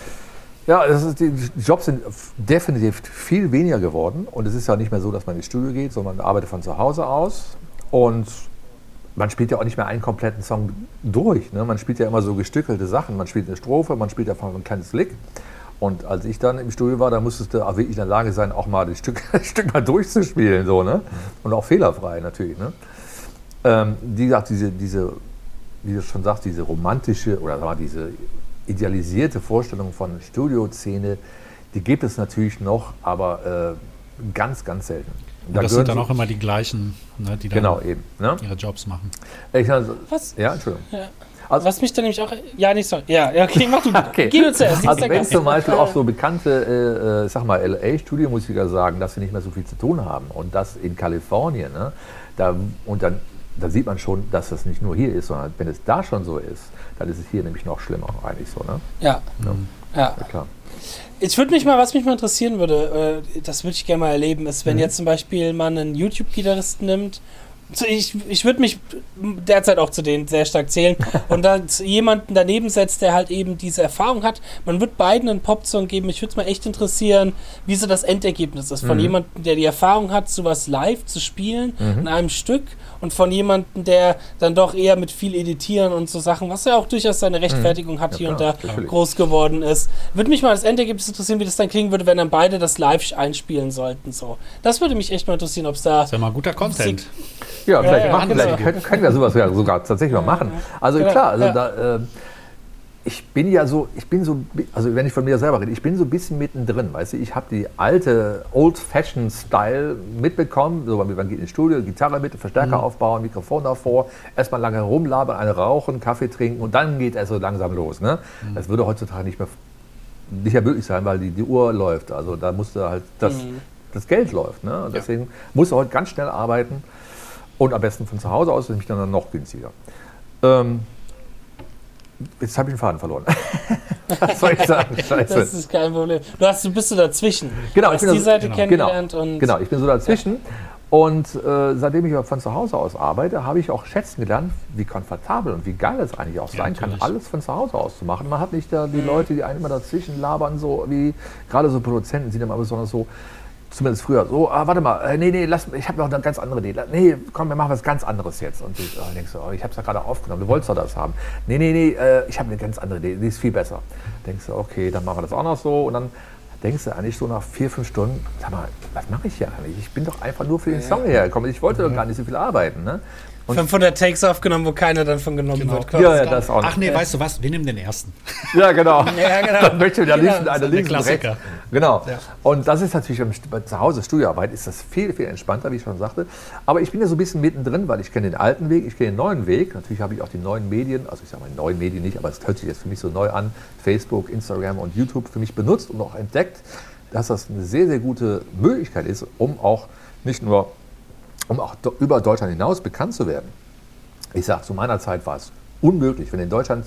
Ja, das ist, die Jobs sind definitiv viel weniger geworden. Und es ist ja nicht mehr so, dass man ins Studio geht, sondern man arbeitet von zu Hause aus. Und man spielt ja auch nicht mehr einen kompletten Song durch. Ne? Man spielt ja immer so gestückelte Sachen. Man spielt eine Strophe, man spielt einfach ein kleines Lick. Und als ich dann im Studio war, da musstest du auch wirklich in der Lage sein, auch mal das Stück, das Stück mal durchzuspielen. So, ne? Und auch fehlerfrei natürlich. Ne? Ähm, wie gesagt, diese, diese, wie du schon sagst, diese romantische oder sag mal, diese idealisierte Vorstellung von Studioszene, die gibt es natürlich noch, aber äh, ganz, ganz selten. Und da das sind dann auch immer die gleichen, ne, die dann genau, eben, ne? ihre Jobs machen. Ich, also, Was? Ja, Entschuldigung. Ja. Also, was mich dann nämlich auch, ja, nicht so, ja, okay, mach du, okay. Geh du zuerst. Also wenn zum Beispiel auch so bekannte, äh, sag mal, L A-Studiomusiker sagen, dass sie nicht mehr so viel zu tun haben und das in Kalifornien, ne, da, und dann, da sieht man schon, dass das nicht nur hier ist, sondern wenn es da schon so ist, dann ist es hier nämlich noch schlimmer, eigentlich so, ne? Ja, ja, ja. ja klar. Ich würde mich mal, was mich mal interessieren würde, äh, das würde ich gerne mal erleben, ist, wenn mhm. jetzt zum Beispiel man einen YouTube-Gitarristen nimmt Ich, ich würde mich derzeit auch zu denen sehr stark zählen und da jemanden daneben setzt, der halt eben diese Erfahrung hat. Man wird beiden einen Popsong geben. Ich würde es mal echt interessieren, wie so das Endergebnis ist. Von Mhm. jemandem, der die Erfahrung hat, sowas live zu spielen Mhm. in einem Stück und von jemandem, der dann doch eher mit viel Editieren und so Sachen, was ja auch durchaus seine Rechtfertigung hat, Ja, hier klar, und da natürlich. groß geworden ist. Würde mich mal das Endergebnis interessieren, wie das dann klingen würde, wenn dann beide das live einspielen sollten. So. Das würde mich echt mal interessieren, ob es da... Das ist ja mal guter Content. Ja, vielleicht, ja, machen, genau. vielleicht können, können wir sowas ja sogar tatsächlich mal machen. Also Ja, klar, also ja. da, äh, ich bin ja so, ich bin so, also wenn ich von mir selber rede, ich bin so ein bisschen mittendrin, weißt du, ich habe die alte Old-Fashioned-Style mitbekommen, so man geht ins Studio, Gitarre mit, Verstärker Mhm. aufbauen, Mikrofon davor, erstmal lange herumlabern, eine rauchen, Kaffee trinken und dann geht es so langsam los. Ne? Mhm. Das würde heutzutage nicht mehr, nicht mehr möglich sein, weil die, die Uhr läuft, also da musste halt das, Mhm. das Geld läuft. Ne? Und deswegen musst du heute ganz schnell arbeiten. Und am besten von zu Hause aus, nämlich dann noch günstiger. Ähm, jetzt habe ich den Faden verloren. Was soll ich sagen? Scheiße. Das ist kein Problem. Du, hast, du bist so dazwischen. Genau, du ich hast bin die so- Seite genau. kennengelernt Genau, und... genau, ich bin so dazwischen. Und äh, seitdem ich aber von zu Hause aus arbeite, habe ich auch schätzen gelernt, wie komfortabel und wie geil es eigentlich auch Ja, sein kann, natürlich. alles von zu Hause aus zu machen. Man hat nicht da die Leute, die einen immer dazwischen labern, so wie gerade so Produzenten sind immer besonders so, zumindest früher, so, ah, warte mal, äh, nee, nee, lass, ich habe noch eine ganz andere Idee. Nee, komm, wir machen was ganz anderes jetzt. Und ich äh, denkst du, oh, ich habe es ja gerade aufgenommen, du wolltest doch das haben. Nee, nee, nee, äh, ich habe eine ganz andere Idee, die ist viel besser. Denkst du, okay, dann machen wir das auch noch so. Und dann denkst du eigentlich so nach vier, fünf Stunden, sag mal, was mache ich hier eigentlich? Ich bin doch einfach nur für den Song hergekommen. Ich wollte doch gar nicht so viel arbeiten. Ne? Und fünfhundert Takes aufgenommen, wo keiner dann von genommen Genau. wird. ja, ja, das auch noch. Ach nee, weißt du was? Wir nehmen den ersten. Ja, genau. Ja, genau. Dann möchte der Genau, liebsten das eine ist der links und rechts. Klassiker. Genau. Ja. Und das ist natürlich im St- bei zu Hause Studioarbeit ist das viel, viel entspannter, wie ich schon sagte. Aber ich bin ja so ein bisschen mittendrin, weil ich kenne den alten Weg, ich kenne den neuen Weg. Natürlich habe ich auch die neuen Medien, also ich sage mal die neuen Medien nicht, aber es hört sich jetzt für mich so neu an. Facebook, Instagram und YouTube für mich benutzt und auch entdeckt, dass das eine sehr, sehr gute Möglichkeit ist, um auch nicht nur, um auch do- über Deutschland hinaus bekannt zu werden. Ich sage, zu meiner Zeit war es unmöglich, wenn du in Deutschland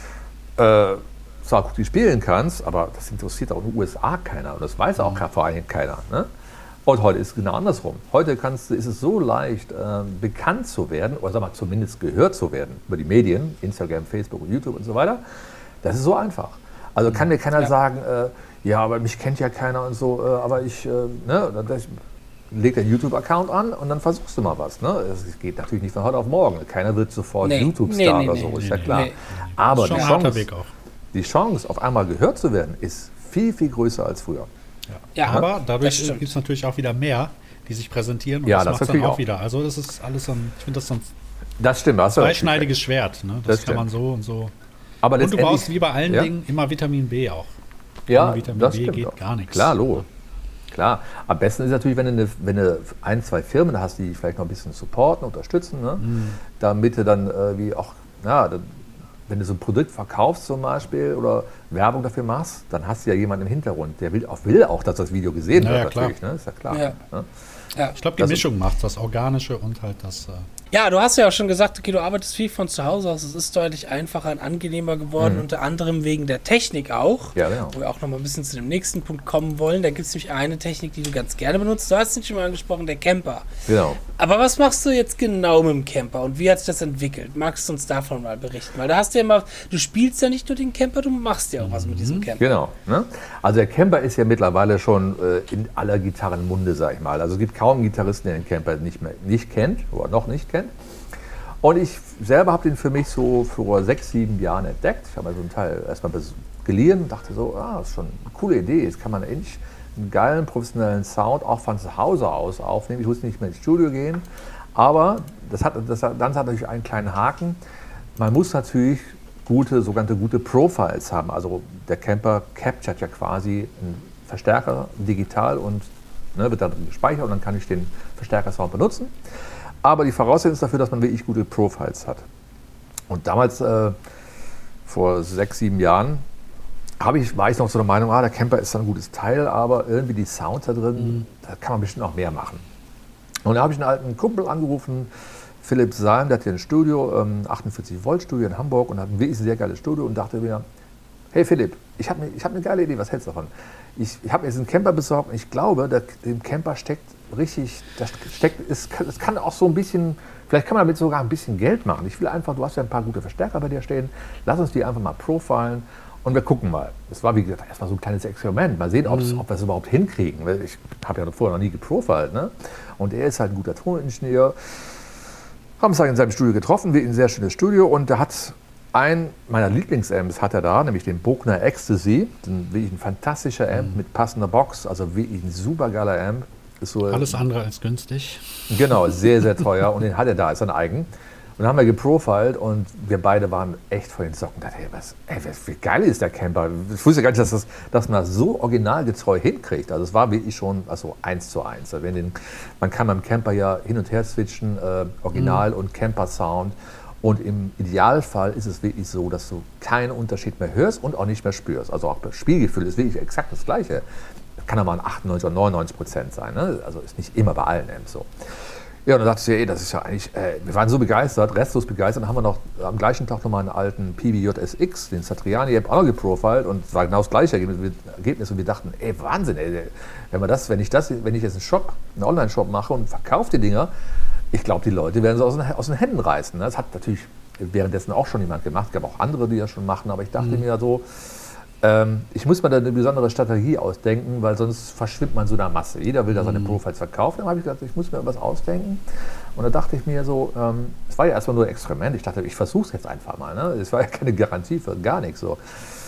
äh, zwar gut spielen kannst, aber das interessiert auch in den U S A keiner und das weiß auch vor allem keiner. Ne? Und heute ist es genau andersrum. Heute kannst, du- ist es so leicht, äh, bekannt zu werden, oder sag mal, zumindest gehört zu werden über die Medien, Instagram, Facebook, YouTube und so weiter. Das ist so einfach. Also kann mir keiner Ja. sagen, äh, ja, aber mich kennt ja keiner und so, äh, aber ich, äh, ne, das, leg deinen YouTube-Account an und dann versuchst du mal was. Ne? Es geht natürlich nicht von heute auf morgen. Keiner wird sofort Nee. YouTube-Star Nee, nee, oder so, nee. ist ja Nee, klar. nee. Aber Schon die ein harter Chance, Weg auch. die Chance, auf einmal gehört zu werden, ist viel, viel größer als früher. Ja, Aber das dadurch stimmt. gibt es natürlich auch wieder mehr, die sich präsentieren. Und Ja, das das macht dann natürlich auch auch. wieder. Also das ist alles so ein, ich finde das so ein Das stimmt. Hast du zweischneidiges Schwert. Ne? Das, Das kann man stimmt. so und so. Aber Und du letztendlich- brauchst wie bei allen ja? Dingen immer Vitamin B auch. Ja, Ohne Vitamin das B stimmt geht auch. gar nichts. Klar, Logo. Klar. Am besten ist natürlich, wenn du, eine, wenn du ein, zwei Firmen hast, die vielleicht noch ein bisschen supporten, unterstützen, ne? Mhm. damit du dann äh, wie auch, ja, dann, wenn du so ein Produkt verkaufst zum Beispiel oder Werbung dafür machst, dann hast du ja jemanden im Hintergrund, der will auch, will auch dass das Video gesehen Na wird. ja, klar. Natürlich, ne? Ist ja klar. Ja. Ne? Ja. Ich glaube, die Das- Mischung macht das Organische und halt das. Äh, Ja, du hast ja auch schon gesagt, okay, du arbeitest viel von zu Hause aus. Es ist deutlich einfacher und angenehmer geworden, Mhm. unter anderem wegen der Technik auch. Ja, genau. Wo wir auch noch mal ein bisschen zu dem nächsten Punkt kommen wollen. Da gibt es nämlich eine Technik, die du ganz gerne benutzt. Du hast ihn schon mal angesprochen, der Camper. Genau. Aber was machst du jetzt genau mit dem Camper und wie hat sich das entwickelt? Magst du uns davon mal berichten? Weil da hast du ja immer, du spielst ja nicht nur den Camper, du machst ja auch was mit diesem Camper. Genau. Ne? Also der Camper ist ja mittlerweile schon äh, in aller Gitarrenmunde, sag ich mal. Also es gibt kaum einen Gitarristen, der den Camper nicht, mehr, nicht kennt oder noch nicht kennt. Und ich selber habe den für mich so vor sechs, sieben Jahren entdeckt. Ich habe mir so einen Teil erstmal bes- geliehen und dachte so, ah, das ist schon eine coole Idee. Jetzt kann man endlich einen geilen, professionellen Sound auch von zu Hause aus aufnehmen. Ich muss nicht mehr ins Studio gehen. Aber das hat, das hat, dann hat natürlich einen kleinen Haken. Man muss natürlich gute, sogenannte gute Profiles haben. Also der Camper capturet ja quasi einen Verstärker digital und ne, wird dann gespeichert und dann kann ich den Verstärker-Sound benutzen. Aber die Voraussetzung ist dafür, dass man wirklich gute Profiles hat. Und damals, äh, vor sechs, sieben Jahren, habe ich, war ich noch so der Meinung, ah, der Camper ist ein gutes Teil, aber irgendwie die Sounds da drin, da kann man bestimmt noch mehr machen. Und da habe ich einen alten Kumpel angerufen, Philipp Salm, der hat hier ein Studio, ähm, achtundvierzig Volt Studio in Hamburg und hat ein wirklich sehr geiles Studio und dachte mir, hey Philipp, ich habe ich hab eine geile Idee, was hältst du davon? Ich, ich habe mir jetzt einen Camper besorgt und ich glaube, dass im Camper steckt richtig, da steckt, es kann, es kann auch so ein bisschen, vielleicht kann man damit sogar ein bisschen Geld machen. Ich will einfach, du hast ja ein paar gute Verstärker bei dir stehen, lass uns die einfach mal profilen und wir gucken mal. Das war, wie gesagt, erstmal so ein kleines Experiment. Mal sehen, mhm. ob wir es überhaupt hinkriegen. Weil ich habe ja vorher noch nie geprofilt. Ne? Und er ist halt ein guter Toningenieur. Haben uns halt in seinem Studio getroffen, wir in ein sehr schönes Studio und da hat ein meiner Lieblingsamps hat er da, nämlich den Bogner Ecstasy, ein, wirklich ein fantastischer Amp mhm. mit passender Box, also wirklich ein super geiler Amp. Ist so, alles andere als günstig. Genau, sehr, sehr teuer und den hat er da, ist ein eigen. Und dann haben wir geprofilt und wir beide waren echt vor den Socken. Da dachte ich, was, ey, wie geil ist der Camper? Ich wusste gar nicht, dass, das, dass man das so originalgetreu hinkriegt. Also es war wirklich schon also eins zu eins. Also wenn den, man kann beim Camper ja hin und her switchen, äh, Original mhm. und Camper-Sound. Und im Idealfall ist es wirklich so, dass du keinen Unterschied mehr hörst und auch nicht mehr spürst. Also auch das Spielgefühl ist wirklich exakt das Gleiche. Das kann aber ein achtundneunzig oder neunundneunzig Prozent sein. Ne? Also ist nicht immer bei allen Amps so. Ja, und dann dachte ich, ey, das ist ja eigentlich, äh, wir waren so begeistert, restlos begeistert. Dann haben wir noch am gleichen Tag nochmal einen alten P V J S X, den Satriani-App, auch noch geprofilt und es war genau das gleiche Ergebnis. Und wir dachten, ey, Wahnsinn, ey, wenn, wir das, wenn, ich das, wenn ich jetzt einen Shop, einen Online-Shop mache und verkaufe die Dinger, ich glaube, die Leute werden sie aus den, aus den Händen reißen. Ne? Das hat natürlich währenddessen auch schon jemand gemacht. Es gab auch andere, die das schon machen, aber ich dachte mhm. mir so, Ähm, ich muss mir da eine besondere Strategie ausdenken, weil sonst verschwimmt man so in der Masse. Jeder will da seine Profiles verkaufen. Dann habe ich gesagt, ich muss mir was ausdenken. Und da dachte ich mir so, ähm, es war ja erstmal nur ein Experiment. Ich dachte, ich versuche es jetzt einfach mal. Ne? Es war ja keine Garantie für gar nichts. So.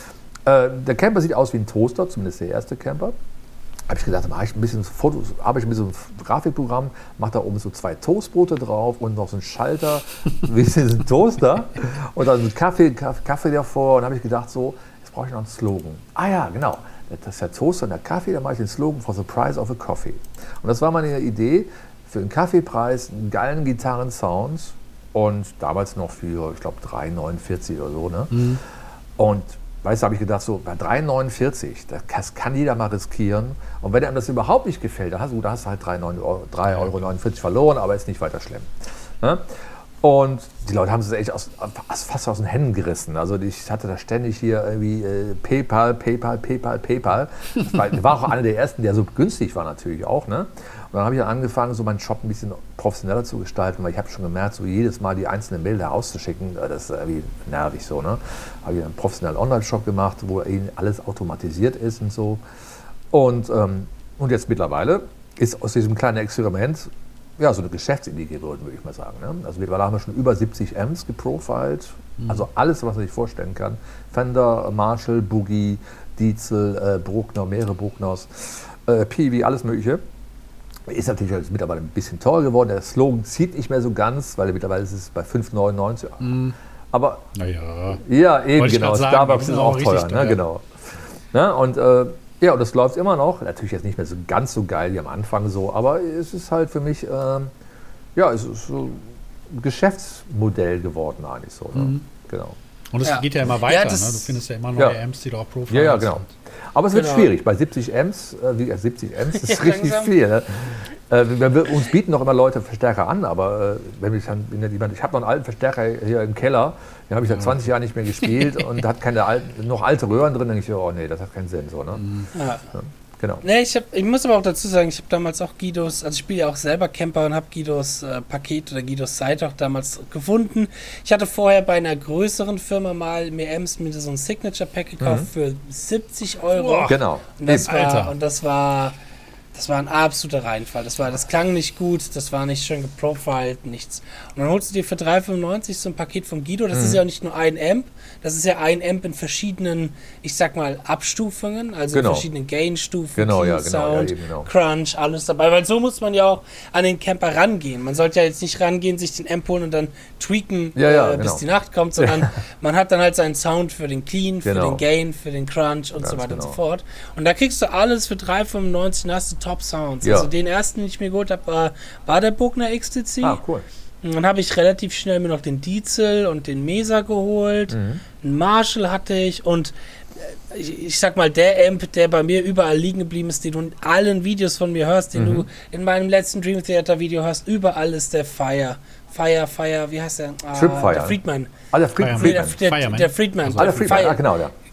Äh, der Camper sieht aus wie ein Toaster, zumindest der erste Camper. Habe ich gedacht, mache ich ein bisschen Fotos, habe ich ein bisschen Grafikprogramm, mache da oben so zwei Toastbrote drauf und noch so einen Schalter, wie ein Toaster und dann einen Kaffee, Kaffee davor. Und habe ich gedacht so, brauche ich noch einen Slogan. Ah ja, genau. Das ist der Toast und der Kaffee, da mache ich den Slogan for the price of a coffee. Und das war meine Idee, für einen Kaffeepreis einen geilen Gitarrensound und damals noch für, ich glaube, drei neunundvierzig oder so. Ne? Mhm. Und weißt du, habe ich gedacht, so bei drei neunundvierzig, das kann jeder mal riskieren. Und wenn einem das überhaupt nicht gefällt, dann hast du, da hast du halt drei Euro neunundvierzig verloren, aber ist nicht weiter schlimm. Ne? Und die Leute haben es echt aus, fast aus den Händen gerissen. Also ich hatte da ständig hier irgendwie äh, PayPal, PayPal, PayPal, PayPal. Das war, war auch einer der ersten, der so günstig war natürlich auch. Ne? Und dann habe ich dann angefangen, so meinen Shop ein bisschen professioneller zu gestalten, weil ich habe schon gemerkt, so jedes Mal die einzelnen Bilder auszuschicken, das ist irgendwie nervig so. Ne? Habe ich einen professionellen Online-Shop gemacht, wo eben alles automatisiert ist und so. Und, ähm, und jetzt mittlerweile ist aus diesem kleinen Experiment ja, so eine Geschäftsidee geworden, würde ich mal sagen. Ne? Also mittlerweile haben wir schon über siebzig Amps geprofilt. Mhm. Also alles, was man sich vorstellen kann. Fender, Marshall, Boogie, Diesel, äh, Bruckner, mehrere Bruckners, äh, P V, alles mögliche. Ist natürlich jetzt mittlerweile ein bisschen teuer geworden. Der Slogan zieht nicht mehr so ganz, weil mittlerweile ist es bei fünf neunundneunzig. Mhm. Aber naja, ja, eben genau. Starbucks ist auch teuer. teuer. Ne? Genau. Ne? Und äh, ja, und das läuft immer noch. Natürlich jetzt nicht mehr so ganz so geil wie am Anfang so, aber es ist halt für mich, ähm, ja, es ist so ein Geschäftsmodell geworden eigentlich so. Ne? Mhm. Genau. Und es ja. geht ja immer weiter, ja, ne? Du findest ja immer neue ja. Amps, die du auch profilst. Ja, ja, genau. Aber es wird genau. schwierig. Bei siebzig Amps, äh, wie, siebzig Amps ist ja, richtig langsam. viel. Ne? Äh, wir, wir, uns bieten noch immer Leute Verstärker an, aber äh, wenn ich dann, wenn jemand, ich habe noch einen alten Verstärker hier im Keller, den habe ich seit zwanzig Jahren nicht mehr gespielt und hat keine alten, noch alte Röhren drin, dann denke ich, oh nee, das hat keinen Sinn. So, ne? Ja. Ja, genau. Nee, ich, hab, ich muss aber auch dazu sagen, ich habe damals auch Guidos, also ich spiele ja auch selber Camper und habe Guidos äh, Paket oder Guidos Seite auch damals gefunden. Ich hatte vorher bei einer größeren Firma mal mir Amps mit so einem Signature Pack gekauft mhm. für siebzig Euro. Oh, genau. Und das, war, und das war das war ein absoluter Reinfall. Das war, das klang nicht gut, das war nicht schön geprofiled, nichts. Und dann holst du dir für drei fünfundneunzig so ein Paket vom Guido. Das mhm. ist ja auch nicht nur ein Amp, das ist ja ein Amp in verschiedenen, ich sag mal, Abstufungen, also genau. in verschiedenen Gain-Stufen, genau, ja, Sound, genau, ja, genau. Crunch, alles dabei. Weil so muss man ja auch an den Camper rangehen. Man sollte ja jetzt nicht rangehen, sich den Amp holen und dann tweaken, ja, ja, äh, bis genau. die Nacht kommt, sondern ja. man hat dann halt seinen Sound für den Clean, für genau. den Gain, für den Crunch und Ganz so weiter genau. und so fort. Und da kriegst du alles für drei fünfundneunzig und hast du Top-Sounds. Ja. Also den ersten, den ich mir geholt habe, war, war der Bogner X T C. Ah, cool. Und dann habe ich relativ schnell mir noch den Diesel und den Mesa geholt. Mhm. Einen Marshall hatte ich und ich, ich sag mal, der Amp, der bei mir überall liegen geblieben ist, den du in allen Videos von mir hörst, den mhm. du in meinem letzten Dream Theater Video hörst, überall ist der Fire. Fire, Fire, wie heißt der? Ah, Tripfire. Der Friedman. Ah, der Fried Fireman. Friedman. Der, der, der Friedman. Ah, der Friedman, Fire. ah, genau, ja.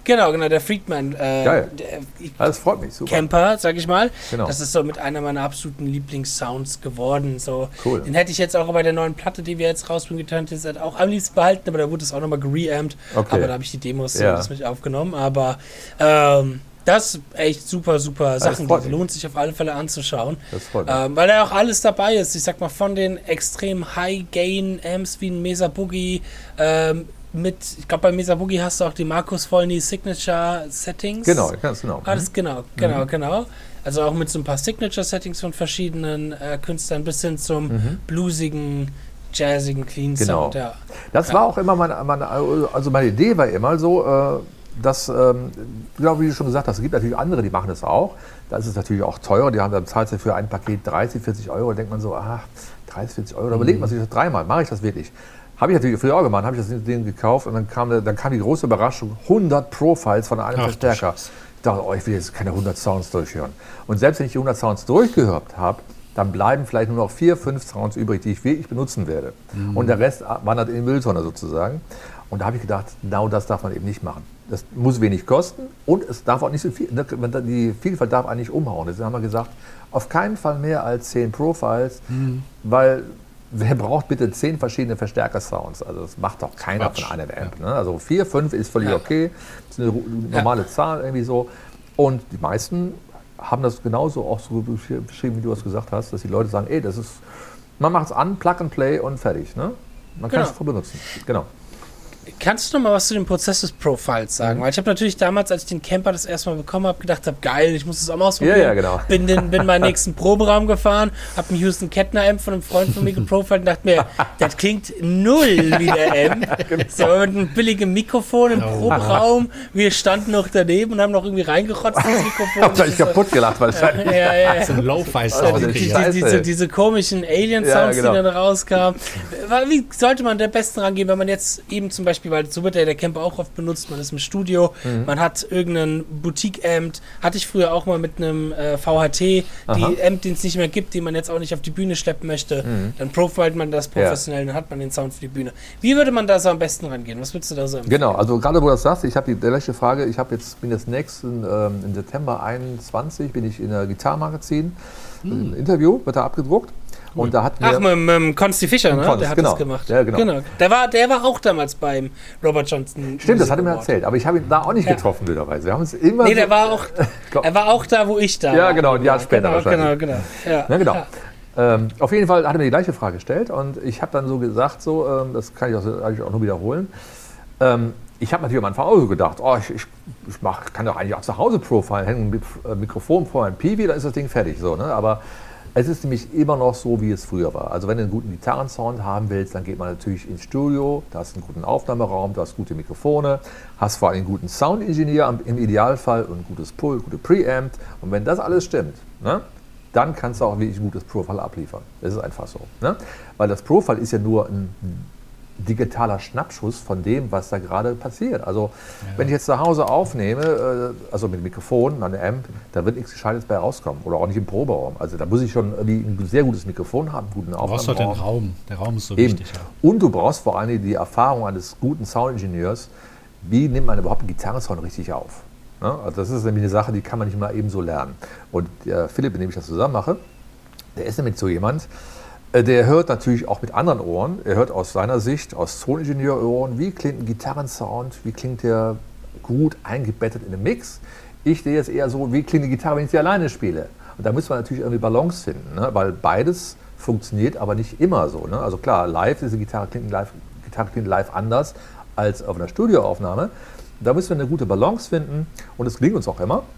Genau, genau, der Friedman. Äh, Geil. Der, ich, das freut mich, super. Camper, sag ich mal. Genau. Das ist so mit einer meiner absoluten Lieblingssounds geworden. So. Cool. Den hätte ich jetzt auch bei der neuen Platte, die wir jetzt rausbringen, getan, das hat auch am liebsten behalten, aber da wurde es auch nochmal gereamt. Okay. Aber da habe ich die Demos so Ja. das mit aufgenommen. Aber ähm, das ist echt super, super Sachen, freut die mich. lohnt sich auf alle Fälle anzuschauen. Das freut mich. Ähm, weil da auch alles dabei ist. Ich sag mal, von den extrem High-Gain-Amps wie ein Mesa Boogie, ähm, mit, ich glaube, bei Mesa Boogie hast du auch die Markus Vollny Signature Settings. Genau, ganz genau. Alles genau, genau, mhm. genau. Also auch mit so ein paar Signature Settings von verschiedenen äh, Künstlern bis hin zum Mhm. bluesigen, jazzigen Clean Genau. Sound. Ja. Das Ja. war auch immer meine, meine, also meine Idee war immer so, äh, dass, ähm, genau wie du schon gesagt hast, es gibt natürlich andere, die machen das auch. Da ist es natürlich auch teuer. Die haben dann zahlt für ein Paket dreißig, vierzig Euro. Da denkt man so, ah, dreißig, vierzig Euro. Da überlegt man sich das dreimal. Mache ich das wirklich? Habe ich natürlich früher auch gemacht. Habe ich das Ding gekauft und dann kam, dann kam die große Überraschung: hundert Profiles von einem Ach, Verstärker. Ich dachte, oh, ich will jetzt keine hundert Sounds durchhören. Und selbst wenn ich die hundert Sounds durchgehört habe, dann bleiben vielleicht nur noch vier, fünf Sounds übrig, die ich wirklich benutzen werde. Mhm. Und der Rest wandert in die Mülltonne sozusagen. Und da habe ich gedacht, genau das darf man eben nicht machen. Das muss wenig kosten und es darf auch nicht so viel, die Vielfalt darf eigentlich umhauen. Deswegen haben wir gesagt, auf keinen Fall mehr als zehn Profiles, mhm. weil wer braucht bitte zehn verschiedene Verstärker-Sounds? Also das macht doch keiner Quatsch. von einem Amp. Ja. Ne? Also vier, fünf ist völlig Ja. okay, das ist eine normale ja. Zahl irgendwie so. Und die meisten haben das genauso auch so beschrieben, wie du es gesagt hast, dass die Leute sagen, ey, das ist, man macht es an, Plug and Play und fertig. Ne? Man kann Genau. es voll benutzen. Genau. Kannst du noch mal was zu dem Prozess des Profiles sagen? Mhm. Weil ich habe natürlich damals, als ich den Camper das erste Mal bekommen habe, gedacht habe, geil, ich muss das auch mal ausprobieren. Ja, ja, genau. Bin in bin meinen nächsten Proberaum gefahren, habe einen Houston Kettner Amp von einem Freund von mir geprofiled und dachte mir, das klingt null wie der Amp. Genau. So mit einem billigen Mikrofon im oh. Proberaum. Wir standen noch daneben und haben noch irgendwie reingerotzt ins Mikrofon. Hab ich kaputt gelacht wahrscheinlich. Ja, ja, ja. So ein Lo-Fi-Sound. Die, die, die, diese, diese komischen Alien-Sounds, ja, genau. die dann rauskamen. Wie sollte man der Besten rangehen, wenn man jetzt eben zum Beispiel, weil so wird ja der Camper auch oft benutzt, man ist im Studio, mhm. man hat irgendeinen Boutique-Amp, hatte ich früher auch mal mit einem äh, V H T, Aha. die Amp, den es nicht mehr gibt, die man jetzt auch nicht auf die Bühne schleppen möchte, mhm. dann profilt man das professionell, ja. dann hat man den Sound für die Bühne. Wie würde man da so am besten rangehen? Was würdest du da so empfehlen? Genau, also gerade wo du das sagst, ich habe die gleiche Frage, ich habe jetzt, bin jetzt nächsten, ähm, im September einundzwanzig, bin ich in der Gitarrenmagazin, mhm. ein Interview, wird da abgedruckt. Und da hat Ach, mit, mit Konsti Fischer, ne? Konst, der hat genau. das gemacht. Ja, genau. genau. Der, war, der war auch damals beim Robert Johnson. Stimmt, das hat er mir erzählt, aber ich habe ihn da auch nicht ja. getroffen, wilderweise. Wir haben uns immer nee, so der war auch, er war auch da, wo ich da ja, war. genau, ein Jahr später genau, wahrscheinlich. Genau, genau. Ja. Ja, genau. Ja. Ähm, auf jeden Fall hat er mir die gleiche Frage gestellt und ich habe dann so gesagt, so, ähm, das kann ich auch, eigentlich auch nur wiederholen. Ähm, ich habe natürlich am Anfang auch so gedacht, oh, ich, ich, ich mach, kann doch eigentlich auch zu Hause profilen, hängen ein Mikrofon vor einem P V, dann ist das Ding fertig. So, ne? Aber es ist nämlich immer noch so, wie es früher war. Also wenn du einen guten Gitarrensound haben willst, dann geht man natürlich ins Studio, da hast du einen guten Aufnahmeraum, du hast gute Mikrofone, hast vor allem einen guten Soundingenieur im Idealfall und ein gutes Pull, gute Preamp. Und wenn das alles stimmt, ne, dann kannst du auch wirklich ein gutes Profile abliefern. Das ist einfach so. Ne? Weil das Profile ist ja nur ein digitaler Schnappschuss von dem, was da gerade passiert. Also ja. wenn ich jetzt zu Hause aufnehme, also mit Mikrofon, meine Amp, da wird nichts Gescheites bei rauskommen. Oder auch nicht im Proberaum. Also da muss ich schon irgendwie ein sehr gutes Mikrofon haben, einen guten Aufnahmeraum. Du brauchst halt den Raum. Der Raum ist so Eben. wichtig. Ja. Und du brauchst vor allem die Erfahrung eines guten Soundingenieurs. Wie nimmt man überhaupt einen Gitarrensound richtig auf? Ne? Also das ist nämlich eine Sache, die kann man nicht mal eben so lernen. Und der Philipp, mit dem ich das zusammen mache, der ist nämlich so jemand, der hört natürlich auch mit anderen Ohren, er hört aus seiner Sicht, aus Toningenieur-Ohren, wie klingt ein Gitarrensound, wie klingt der gut eingebettet in den Mix. Ich sehe jetzt eher so, wie klingt die Gitarre, wenn ich sie alleine spiele. Und da muss man natürlich irgendwie Balance finden, ne? Weil beides funktioniert aber nicht immer so. Ne? Also klar, live, diese Gitarre klingt live, Gitarre klingt live anders als auf einer Studioaufnahme. Da müssen wir eine gute Balance finden und es gelingt uns auch immer.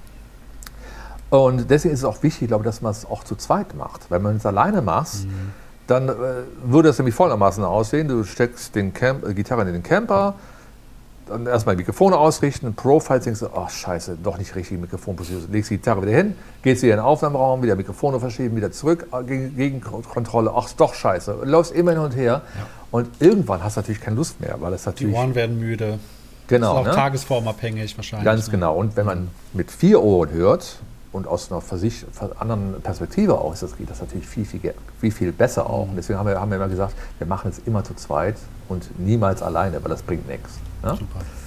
Und deswegen ist es auch wichtig, glaube ich, dass man es auch zu zweit macht. Wenn man es alleine macht, mhm. dann äh, würde es nämlich folgendermaßen aussehen. Du steckst den Camp, äh, Gitarre in den Camper, dann erstmal die Mikrofone ausrichten, Profiles, denkst du, ach scheiße, doch nicht richtig Mikrofonposition. Legst die Gitarre wieder hin, gehst wieder in den Aufnahmeraum, wieder Mikrofone verschieben, wieder zurück, gegen, gegen Kontrolle, ach doch scheiße. Und läufst immer hin und her. Ja. Und irgendwann hast du natürlich keine Lust mehr, weil es natürlich... Die Ohren werden müde. Genau. Das ist auch ne? tagesformabhängig wahrscheinlich. Ganz ne? genau. Und wenn man mit vier Ohren hört, und aus einer Versicht anderen Perspektive auch, ist das, geht das natürlich viel, viel, viel, viel besser auch. Und deswegen haben wir, haben wir immer gesagt, wir machen es immer zu zweit und niemals alleine, weil das bringt nichts. Ne? Super.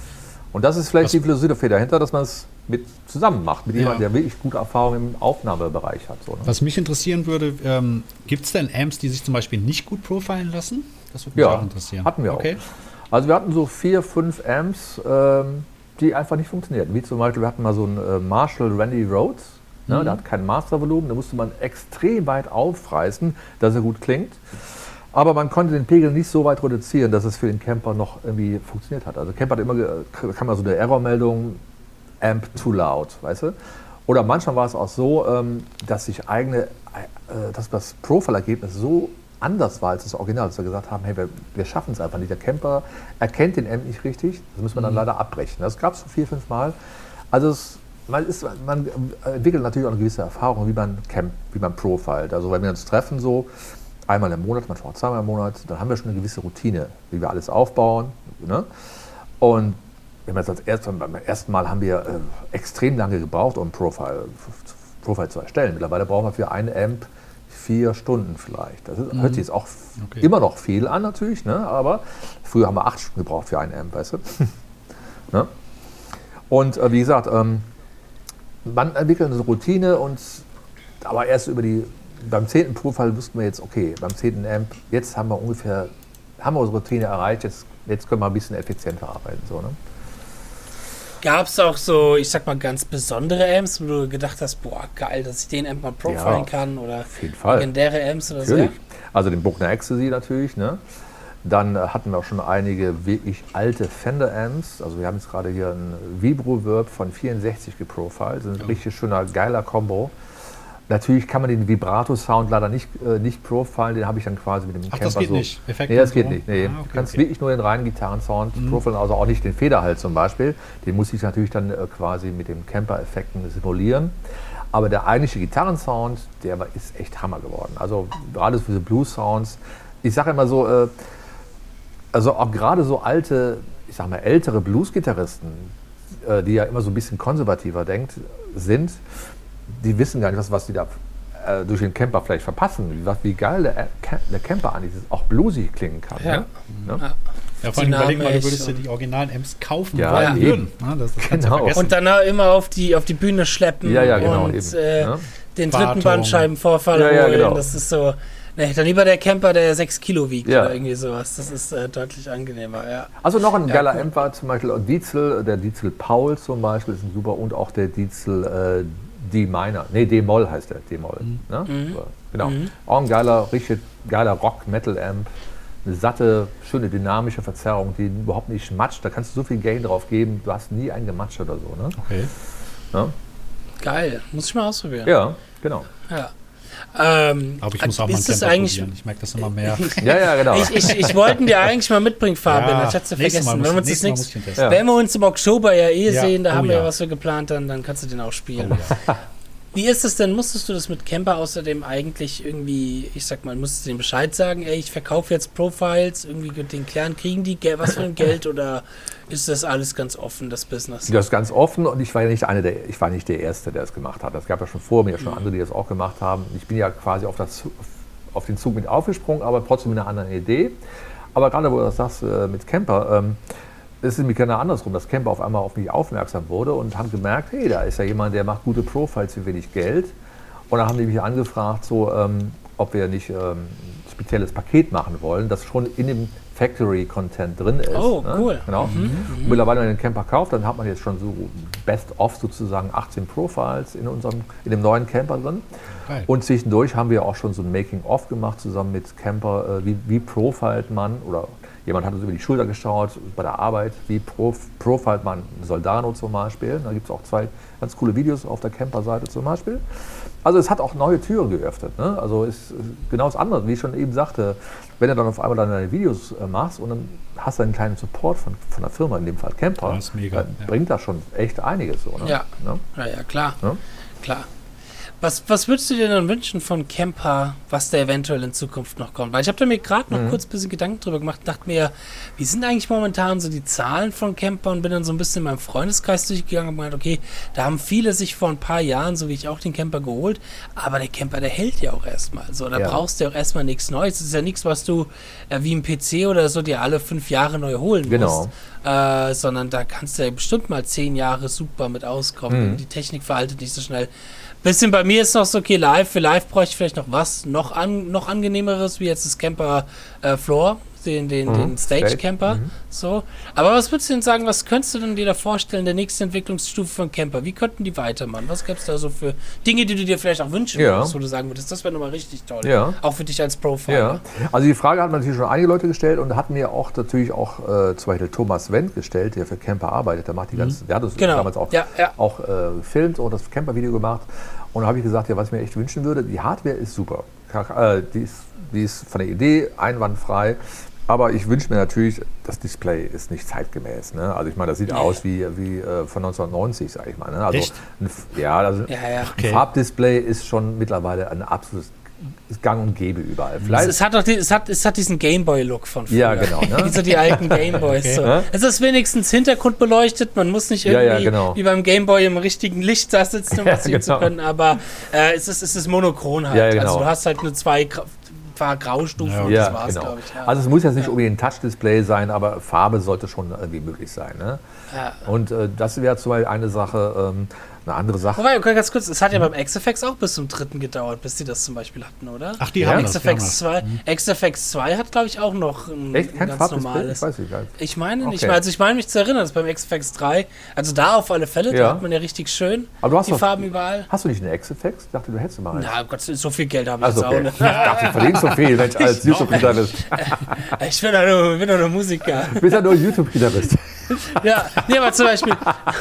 Und das ist vielleicht Was- die Philosophie dahinter, dass man es mit zusammen macht, mit Ja. jemandem, der wirklich gute Erfahrung im Aufnahmebereich hat. So, ne? Was mich interessieren würde, ähm, gibt es denn Amps, die sich zum Beispiel nicht gut profilen lassen? Das würde mich Ja, auch interessieren. hatten wir okay. auch. Also wir hatten so vier, fünf Amps, ähm, die einfach nicht funktionierten. Wie zum Beispiel, wir hatten mal so einen äh, Marshall Randy Rhodes, ne? Mhm. Der hat kein Mastervolumen, da musste man extrem weit aufreißen, dass er gut klingt. Aber man konnte den Pegel nicht so weit reduzieren, dass es für den Camper noch irgendwie funktioniert hat. Also Camper hat immer, ge- kam mal so eine Errormeldung, Amp too loud, weißt du? Oder manchmal war es auch so, ähm, dass sich eigene, äh, dass das Profile-Ergebnis so anders war als das Original, dass wir gesagt haben, hey, wir, wir schaffen es einfach nicht. Der Camper erkennt den Amp nicht richtig, das müssen wir dann leider abbrechen. Das gab es so vier, fünf Mal. Also es, man, ist, man entwickelt natürlich auch eine gewisse Erfahrung, wie man camp, wie man profilt. Also wenn wir uns treffen so, einmal im Monat, manchmal auch zweimal im Monat, dann haben wir schon eine gewisse Routine, wie wir alles aufbauen. Ne? Und wenn wir jetzt als erstes, beim ersten Mal haben wir äh, extrem lange gebraucht, um Profile, Profile zu erstellen. Mittlerweile brauchen wir für einen Amp vier Stunden vielleicht. Das ist, Mhm. hört sich jetzt auch Okay. immer noch viel an natürlich, ne? Aber früher haben wir acht Stunden gebraucht für einen Amp, weißt du? Ne? Und äh, wie gesagt, ähm, man entwickelt eine Routine und aber erst über die, beim zehnten Profile wussten wir jetzt, okay, beim zehnten Amp, jetzt haben wir ungefähr, haben wir unsere Routine erreicht, jetzt, jetzt können wir ein bisschen effizienter arbeiten. So, ne? Gab es auch so, ich sag mal, ganz besondere Amps, wo du gedacht hast, boah, geil, dass ich den Amp mal profilen Ja, kann oder Auf jeden Fall. legendäre Amps oder Natürlich. so? Also den Buckner Ecstasy natürlich. Ne? Dann äh, hatten wir auch schon einige wirklich alte Fender-Amps. Also wir haben jetzt gerade hier einen Vibro-Verb von vierundsechzig geprofiled. Das ist ein richtig schöner, geiler Combo. Natürlich kann man den Vibrato-Sound leider nicht, äh, nicht profilen, den habe ich dann quasi mit dem Ach, Camper das geht so. nicht? Effekte Nee, das und geht so? nicht. Nee. Ah, okay, du kannst okay. wirklich nur den reinen Gitarrensound Mhm. profilen, also auch nicht den Federhalt zum Beispiel. Den muss ich natürlich dann äh, quasi mit dem Camper-Effekten simulieren. Aber der eigentliche Gitarrensound, der war, ist echt Hammer geworden. Also gerade für diese Blues-Sounds. Ich sage immer so, äh, also auch gerade so alte, ich sag mal ältere Blues-Gitarristen, äh, die ja immer so ein bisschen konservativer denkt, sind, die wissen gar nicht, was, was die da äh, durch den Camper vielleicht verpassen. Wie, was, wie geil der, der Camper eigentlich auch bluesig klingen kann. Ja. Ne? Ne? Ja. Ja, vor allem überleg mal, du Dynamisch würdest dir und- die originalen Amps kaufen Ja, wollen eben. würden. Ja, das, das kannst du Genau. vergessen. Und danach immer auf die, auf die Bühne schleppen Ja, ja, genau. und eben, äh, ne? den dritten Wartung. Bandscheibenvorfall Ja, ja, holen. genau. Das ist so. Ne, dann lieber der Camper, der sechs Kilo wiegt Ja. oder irgendwie sowas. Das ist äh, deutlich angenehmer, ja. Also noch ein Ja, geiler cool. Amp war zum Beispiel Diesel, der Diesel Paul zum Beispiel ist ein super und auch der Diesel äh, D-Minor, nee D-Moll heißt der, D-Moll. Ne? So, genau, auch ein geiler, richtig geiler Rock-Metal-Amp, eine satte, schöne dynamische Verzerrung, die überhaupt nicht matscht, da kannst du so viel Gain drauf geben, du hast nie einen gematscht oder so. Ne? Okay. Ja? Geil, muss ich mal ausprobieren. Ja, genau. Ja. Ähm, Aber ich muss auch mal einen ist es Camper eigentlich, probieren. Ich merke das immer mehr. Ja, ja, genau. Ich, ich, ich wollte ihn dir eigentlich mal mitbringen, Fabian. Ja, ich hatte es nächstes Mal vergessen. muss- Wenn wir uns das nächstes Mal nächste, muss ich ihn testen. Ja. wenn wir uns im Oktober ja eh Ja, sehen, da oh haben wir ja ja. was für geplant, dann, dann kannst du den auch spielen. Oh, ja. Wie ist es denn? Musstest du das mit Camper außerdem eigentlich irgendwie, ich sag mal, musstest du denen Bescheid sagen, ey, ich verkaufe jetzt Profiles, irgendwie den klären, kriegen die Gel- was für ein Geld oder ist das alles ganz offen, das Business? Das ist ganz offen und ich war ja nicht eine der, ich war nicht der Erste, der es gemacht hat. Es gab ja schon vor mir schon andere, die das auch gemacht haben. Ich bin ja quasi auf, das, auf den Zug mit aufgesprungen, aber trotzdem mit einer anderen Idee. Aber gerade wo du das sagst äh, mit Camper, ähm, es ist nämlich genau andersrum, dass Camper auf einmal auf mich aufmerksam wurde und haben gemerkt, hey, da ist ja jemand, der macht gute Profiles für wenig Geld. Und dann haben die mich angefragt, so, ähm, ob wir nicht ähm, ein spezielles Paket machen wollen, das schon in dem Factory-Content drin ist. Oh, ne? cool. Genau. Und mittlerweile, wenn man den Camper kauft, dann hat man jetzt schon so Best-of sozusagen achtzehn Profiles in, unserem, in dem neuen Camper drin. Geil. Und zwischendurch haben wir auch schon so ein Making-of gemacht zusammen mit Camper, äh, wie, wie profilt man, oder jemand hat uns über die Schulter geschaut bei der Arbeit, wie prof, profilt man Soldano zum Beispiel. Da gibt es auch zwei ganz coole Videos auf der Camper-Seite zum Beispiel. Also es hat auch neue Türen geöffnet. Ne? Also ist genau das andere, wie ich schon eben sagte, wenn du dann auf einmal deine Videos äh, machst und dann hast du einen kleinen Support von, von der Firma, in dem Fall Camper, Das ist mega, dann ja. bringt das schon echt einiges. So, ne? Ja. Ne? Ja, ja, klar. Ja? Klar. Was, was würdest du dir dann wünschen von Camper, was da eventuell in Zukunft noch kommt? Weil ich habe da mir gerade noch mhm. kurz ein bisschen Gedanken drüber gemacht und dachte mir, wie sind eigentlich momentan so die Zahlen von Camper, und bin dann so ein bisschen in meinem Freundeskreis durchgegangen und gemeint, okay, da haben viele sich vor ein paar Jahren, so wie ich auch, den Camper geholt, aber der Camper, der hält ja auch erstmal. So, da ja. brauchst du ja auch erstmal nichts Neues. Das ist ja nichts, was du äh, wie ein P C oder so dir alle fünf Jahre neu holen genau. musst. Äh, sondern da kannst du ja bestimmt mal zehn Jahre super mit auskommen. Mhm. Die Technik veraltet nicht so schnell. Bisschen bei mir ist noch so, okay, live, für live bräuchte ich vielleicht noch was, noch, an, noch angenehmeres, wie jetzt das Camper äh, Floor, den, den, mhm. den Stage Camper. Mhm. So. Aber was würdest du denn sagen, was könntest du denn dir da vorstellen, der nächste Entwicklungsstufe von Camper? Wie könnten die weitermachen? Was gäbe es da so für Dinge, die du dir vielleicht auch wünschen ja. würdest, wo du sagen würdest, das wäre nochmal richtig toll. Ja. Auch für dich als Pro-Fahrer. Ja. Also die Frage hat man natürlich schon einige Leute gestellt, und hat mir auch natürlich auch äh, zum Beispiel Thomas Wendt gestellt, der für Camper arbeitet. Der macht die ganzen, mhm. der hat uns genau. damals auch, ja, ja. auch äh, gefilmt und das Camper-Video gemacht. Und da habe ich gesagt, ja, was ich mir echt wünschen würde, die Hardware ist super. Die ist, die ist von der Idee einwandfrei. Aber ich wünsche mir natürlich, das Display ist nicht zeitgemäß. Ne? Also ich meine, das sieht ja. aus wie, wie äh, von neunzehnhundert sag ich mal. Ne? Also Echt? Ein, ja, also ja, ja. Okay. ein Farbdisplay ist schon mittlerweile ein absolutes Gang und Gäbe überall. Vielleicht es, hat doch die, es, hat, es hat diesen Gameboy-Look von früher. Ja, genau. Ne? Wie so die alten Gameboys. Okay. So. Es ist wenigstens Hintergrund beleuchtet, man muss nicht irgendwie ja, ja, genau. wie beim Gameboy im richtigen Licht da sitzen, um was sehen ja, genau. zu können, aber äh, es, ist, es ist monochron halt. Ja, genau. Also du hast halt nur zwei Graustufen ja, und ja, das war's, genau. glaube ich. Ja. Also es muss jetzt nicht ja. unbedingt ein Touch-Display sein, aber Farbe sollte schon irgendwie möglich sein. Ne? Ja. Und äh, das wäre zum Beispiel eine Sache, ähm, eine andere Sache. Wobei, okay, ganz kurz, es hat ja beim X F X auch bis zum dritten gedauert, bis die das zum Beispiel hatten, oder? Ach, die ja, haben X F X das. zwei, mhm. X F X zwei hat, glaube ich, auch noch ein, Echt? Kein ein ganz normales. Ich weiß nicht. Halt. Ich meine nicht. Okay. Also ich meine mich zu erinnern, dass beim X F X drei, also da auf alle Fälle, ja. da hat man ja richtig schön Aber du hast die doch, Farben überall. Hast du nicht eine X F X? Ich dachte, du hättest mal einen. Na Gott, so viel Geld habe ich also, jetzt okay. auch nicht. Ich dachte, du verdienst so viel, wenn ich als YouTube-Gitarrist. Ich bin doch nur, bin doch nur Musiker. Du bist ja nur YouTube-Gitarrist. Ja, nee, aber zum Beispiel...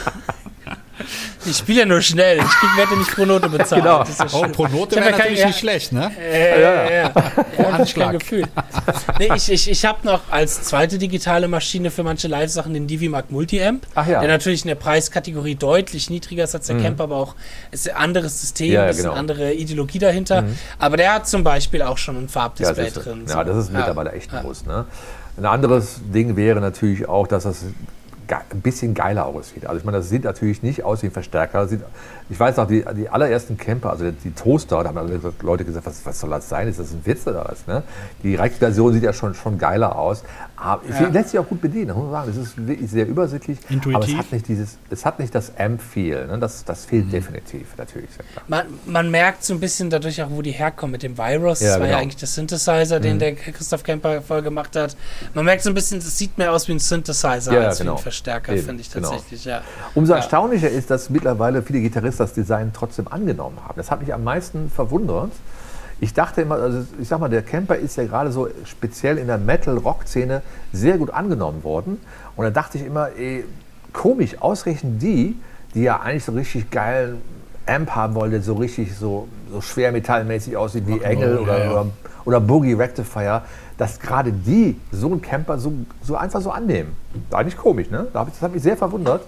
Ich spiele ja nur schnell. Ich krieg, werde nicht pro Note bezahlt. Genau. Das ist so oh, pro Note wäre natürlich kein, nicht schlecht, ne? Äh, ja, ja. ja. ja Anschlag. Kein Gefühl. Nee, ich ich, ich habe noch als zweite digitale Maschine für manche Live-Sachen den Divimac Multi-Amp. Ach ja. Der natürlich in der Preiskategorie deutlich niedriger ist als der mhm. Camper, aber auch ist ein anderes System, ja, ja, ist genau. eine andere Ideologie dahinter. Mhm. Aber der hat zum Beispiel auch schon ein Farbdisplay ja, drin. Ja, so. das ist mittlerweile echt ein Muss. Ne? Ein anderes Ding wäre natürlich auch, dass das ein bisschen geiler aussieht. Also ich meine, das sieht natürlich nicht aus wie ein Verstärker. Sieht, ich weiß noch, die, die allerersten Camper, also die, die Toaster, da haben alle Leute gesagt, was, was soll das sein? Ist das ein Witz oder was? Ne? Die Rex-Version sieht ja schon, schon geiler aus. Aber ja. lässt sich auch gut bedienen, das muss man sagen. Das ist wirklich sehr übersichtlich. Intuitiv. Aber es hat nicht, dieses, es hat nicht das Amp-Feel. Ne? Das, das fehlt mhm. definitiv, natürlich. Man, man merkt so ein bisschen dadurch auch, wo die herkommen mit dem Virus. Ja, das war genau. ja eigentlich der Synthesizer, den mhm. der Christoph Kemper voll gemacht hat. Man merkt so ein bisschen, das sieht mehr aus wie ein Synthesizer ja, als genau. wie ein Verstärker, finde ich tatsächlich. Genau. Ja. Umso ja. erstaunlicher ist, dass mittlerweile viele Gitarristen das Design trotzdem angenommen haben. Das hat mich am meisten verwundert. Ich dachte immer, also ich sag mal, der Camper ist ja gerade so speziell in der Metal-Rock-Szene sehr gut angenommen worden. Und da dachte ich immer, ey, komisch, ausgerechnet die, die ja eigentlich so richtig geilen Amp haben wollte, so richtig so, so schwermetallmäßig aussieht wie Engel oder, ja, ja. oder, oder Boogie Rectifier, dass gerade die so einen Camper so, so einfach so annehmen. Das war eigentlich komisch, ne? Das hat mich sehr verwundert.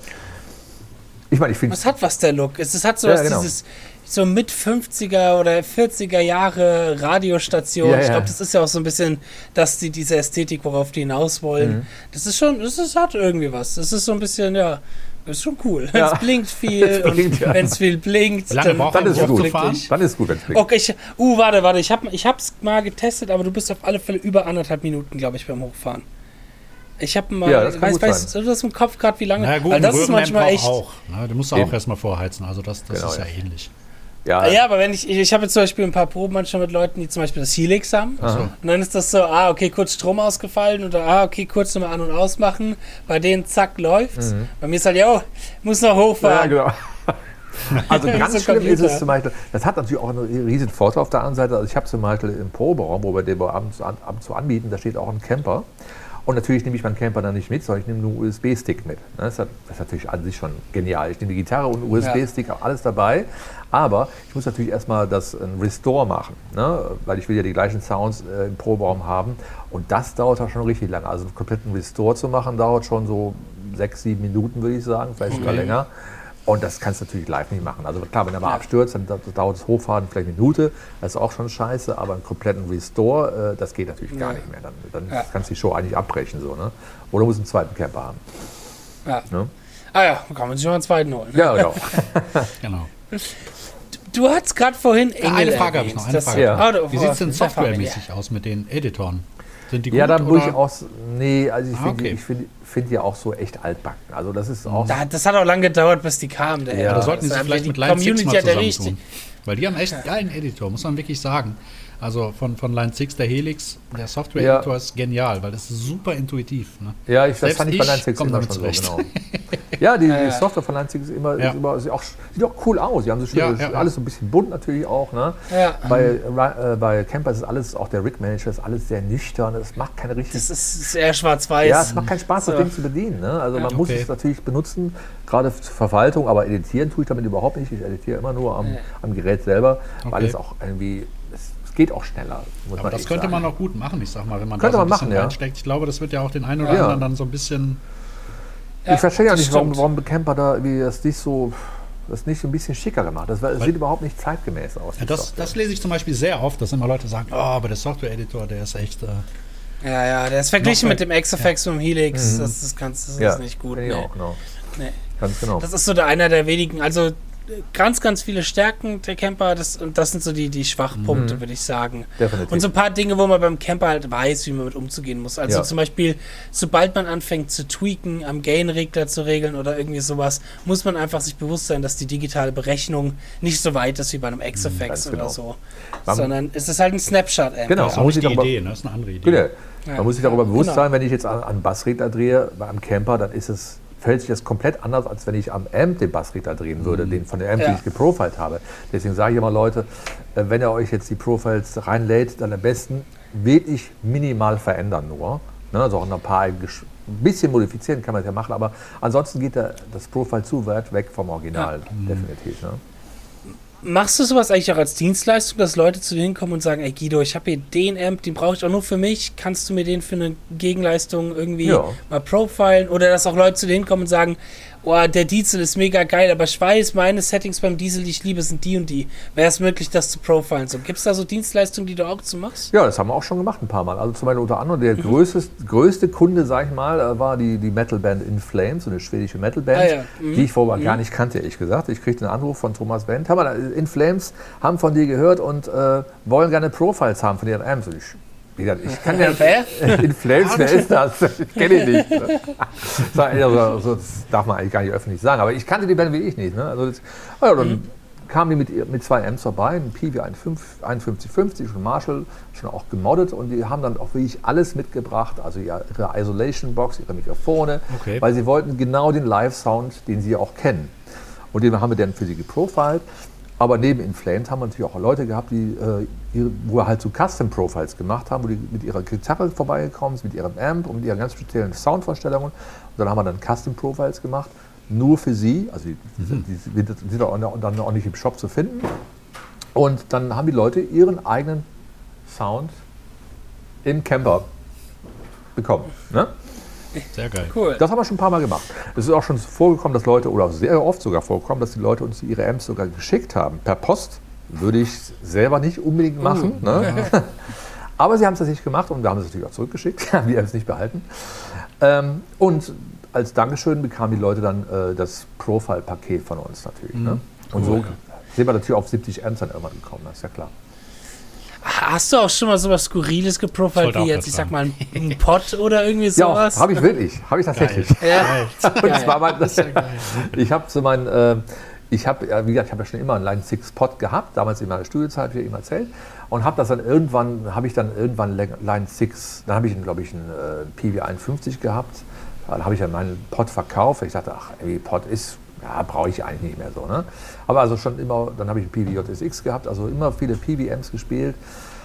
Ich meine, ich finde. Was hat was der Look? Es, es hat so ja, was genau. dieses so mit fünfziger oder vierziger Jahre Radiostation. Ja, ja. Ich glaube, das ist ja auch so ein bisschen, dass die diese Ästhetik, worauf die hinaus wollen. Mhm. Das ist schon, das ist, hat irgendwie was. Das ist so ein bisschen, ja, das ist schon cool. Ja. Es blinkt viel es blinkt, und ja. wenn es viel blinkt, dann, dann ist es gut. Fahren? Dann ist es gut, wenn es blinkt. Okay, ich, uh, warte, warte, ich habe ich hab's mal getestet, aber du bist auf alle Fälle über anderthalb Minuten, glaube ich, beim Hochfahren. Ich habe mal, ja, das weiß, weißt du das im Kopf gerade, wie lange? Na gut, weil das ist manchmal echt. Auch, ne? Du musst auch erstmal vorheizen, also das, das genau, ist ja, ja ähnlich. Ja, ja, aber wenn ich, ich, ich habe jetzt zum Beispiel ein paar Proben manchmal mit Leuten, die zum Beispiel das Helix haben. Aha. Und dann ist das so, ah, okay, kurz Strom ausgefallen oder ah, okay, kurz nochmal an- und ausmachen. Bei denen, zack, läuft's. Mhm. Bei mir ist halt, ja, muss noch hochfahren. Ja, genau. Also ganz so schlimm ist es zum Beispiel, das hat natürlich auch einen riesen Vorteil auf der anderen Seite. Also ich habe zum Beispiel im Proberaum, wo wir den ab und zu, ab und zu anbieten, da steht auch ein Camper. Und natürlich nehme ich meinen Camper dann nicht mit, sondern ich nehme nur einen U S B-Stick mit. Das ist natürlich an sich schon genial. Ich nehme die Gitarre und einen U S B-Stick, ja. alles dabei. Aber ich muss natürlich erstmal das ein Restore machen, ne? Weil ich will ja die gleichen Sounds äh, im Proberaum haben. Und das dauert auch schon richtig lange. Also einen kompletten Restore zu machen, dauert schon so sechs, sieben Minuten, würde ich sagen, vielleicht sogar mhm. länger. Und das kannst du natürlich live nicht machen. Also klar, wenn er mal ja. abstürzt, dann dauert das Hochfahren vielleicht eine Minute. Das ist auch schon scheiße. Aber einen kompletten Restore, äh, das geht natürlich gar ja. nicht mehr. Dann, dann ja. kannst du die Show eigentlich abbrechen. So, ne? Oder musst einen zweiten Camper haben. Ja. Ne? Ah ja, kann man sich noch einen zweiten holen. Ja, genau. genau. Du hast gerade vorhin Engel ja, Eine Frage habe ich noch. Eine Frage. Ja. Oh, Wie sieht es denn softwaremäßig aus mit den Editoren? Sind die gut? Ja, da muss ich auch. Nee, also ich ah, finde okay. ich find, find die auch so echt altbacken. Also das ist auch. Da, das hat auch lange gedauert, bis die kamen. Der ja, da sollten sie vielleicht mit Line six mal zusammentun. Weil die haben echt einen ja. geilen Editor, muss man wirklich sagen. Also von, von Line six, der Helix, der Software-Editor ja. ist genial, weil das ist super intuitiv. Ne? Ja, ich, das fand ich bei Line six immer schon so, genau. Ja, die, ja, die Software von Line six ist immer, ja. ist immer ist auch, sieht auch cool aus. Die haben so schön, ja, ja, ja, alles so ein bisschen bunt natürlich auch. Ne? Ja. Bei, äh, bei Camper ist alles, auch der Rig-Manager ist alles sehr nüchtern. Es macht keine richtig... Das ist sehr schwarz-weiß. Ja, es macht keinen Spaß, so. das Ding zu bedienen. Ne? Also ja, man okay. muss es natürlich benutzen, gerade zur Verwaltung, aber editieren tue ich damit überhaupt nicht. Ich editiere immer nur am, ja. am Gerät selber, okay. weil es auch irgendwie... geht auch schneller. Muss aber man das könnte sagen. man auch gut machen, ich sag mal, wenn man könnte da so ein man bisschen machen, ja. reinsteckt. Ich glaube, das wird ja auch den einen oder ja. anderen dann so ein bisschen... Ja, ich verstehe ja nicht, warum, warum Camper da wie das nicht so, das nicht so ein bisschen schicker gemacht. Das, das sieht überhaupt nicht zeitgemäß aus. Ja, das, das lese ich zum Beispiel sehr oft, dass immer Leute sagen, oh, aber der Software-Editor, der ist echt... Äh, ja, ja, der ist verglichen mit dem X-F X ja. und dem Helix. Mhm. Das, das, kannst, das ja. ist nicht gut. Nee. Nee. Auch, genau. Nee. Ganz genau. Das ist so der, einer der wenigen, also ganz, ganz viele Stärken der Camper, das, und das sind so die, die Schwachpunkte, mhm. würde ich sagen. Definitiv. Und so ein paar Dinge, wo man beim Camper halt weiß, wie man mit umzugehen muss. Also ja. zum Beispiel, sobald man anfängt zu tweaken, am Gain-Regler zu regeln oder irgendwie sowas, muss man einfach sich bewusst sein, dass die digitale Berechnung nicht so weit ist wie bei einem X F X mhm, oder genau. so. Man Sondern es ist halt ein Snapshot. Genau, das ist auch nicht die darüber, Idee, ne? Das ist eine andere Idee. Genau. Man ja. muss sich darüber bewusst genau. sein, wenn ich jetzt an, an Bassregler drehe, am Camper, dann ist es fällt sich das komplett anders, als wenn ich am Amp den Bassregler drehen würde, mhm. den von der Amp, ja. die ich geprofilt habe. Deswegen sage ich immer, Leute, wenn ihr euch jetzt die Profiles reinlädt, dann am besten wirklich minimal verändern nur. Ne, also auch noch ein paar, ein bisschen modifizieren kann man das ja machen, aber ansonsten geht der, das Profile zu weit weg vom Original, ja. definitiv. Ne? Machst du sowas eigentlich auch als Dienstleistung, dass Leute zu dir hinkommen und sagen, ey Guido, ich habe hier den Amp, den brauche ich auch nur für mich, kannst du mir den für eine Gegenleistung irgendwie ja. mal profilen? Oder dass auch Leute zu dir hinkommen und sagen, oh, der Diesel ist mega geil, aber ich weiß, meine Settings beim Diesel, die ich liebe, sind die und die. Wäre es möglich, das zu profilen? So, gibt es da so Dienstleistungen, die du auch zu machst? Ja, das haben wir auch schon gemacht ein paar Mal. Also zum Beispiel unter anderem der mhm. größte, größte Kunde, sag ich mal, war die, die Metalband In Flames, so eine schwedische Metalband, ah, ja. mhm. die ich vorher mhm. gar nicht kannte, ehrlich gesagt. Ich kriegte einen Anruf von Thomas Wendt. In Flames haben von dir gehört und äh, wollen gerne Profiles haben von ihren Amps. Und ich, wie gesagt, ich kann ja. In Flames, wer ist das? Ich kenne ihn nicht. Also, das darf man eigentlich gar nicht öffentlich sagen. Aber ich kannte die Band wie ich nicht. Ne? Also das, ja, dann mhm. kamen die mit, mit zwei Amps vorbei, ein P V einundfünfzig fünfzig und Marshall, schon auch gemoddet. Und die haben dann auch wirklich alles mitgebracht. Also ihre Isolation Box, ihre Mikrofone. Okay. Weil sie wollten genau den Live-Sound, den sie auch kennen. Und den haben wir dann für sie geprofilt. Aber neben In Flames haben wir natürlich auch Leute gehabt, die, äh, ihre, wo wir halt so Custom-Profiles gemacht haben, wo die mit ihrer Gitarre vorbeigekommen sind, mit ihrem Amp und mit ihren ganz speziellen Soundvorstellungen. Und dann haben wir dann Custom-Profiles gemacht, nur für sie. Also die, mhm. die, die, die sind auch, dann auch nicht im Shop zu finden. Und dann haben die Leute ihren eigenen Sound im Camper bekommen. Ne? Sehr geil. Cool. Das haben wir schon ein paar Mal gemacht. Es ist auch schon vorgekommen, dass Leute, oder sehr oft sogar vorgekommen, dass die Leute uns ihre Amps sogar geschickt haben. Per Post würde ich selber nicht unbedingt machen. Uh, ne? ja. Aber sie haben es natürlich gemacht und wir haben es natürlich auch zurückgeschickt. Wir haben es nicht behalten. Ähm, und als Dankeschön bekamen die Leute dann äh, das Profile-Paket von uns natürlich. Mhm. Ne? Und cool, so ja. sind wir natürlich auf siebzig Amps dann irgendwann gekommen, das ist ja klar. Hast du auch schon mal sowas Skurriles geprofilt, wie jetzt, ich sag mal, ein Pod oder irgendwie sowas? Ja, habe ich wirklich. Habe ich tatsächlich. Geil. Ja. Und geil. Zwar mein, das, ja ich habe so mein, äh, ich habe, ja, wie gesagt, ich habe ja schon immer einen Line six Pod gehabt, damals in meiner Studienzeit, habe ich ja eben erzählt. Und habe das dann irgendwann, habe ich dann irgendwann Line six, dann habe ich, glaube ich, einen äh, P V einundfünfzig gehabt. Dann habe ich dann meinen Pod verkauft. Ich dachte, ach, ey, Pod ist, ja, brauche ich eigentlich nicht mehr so. Ne? Aber also schon immer, dann habe ich einen P V J S X gehabt, also immer viele P V Ms gespielt.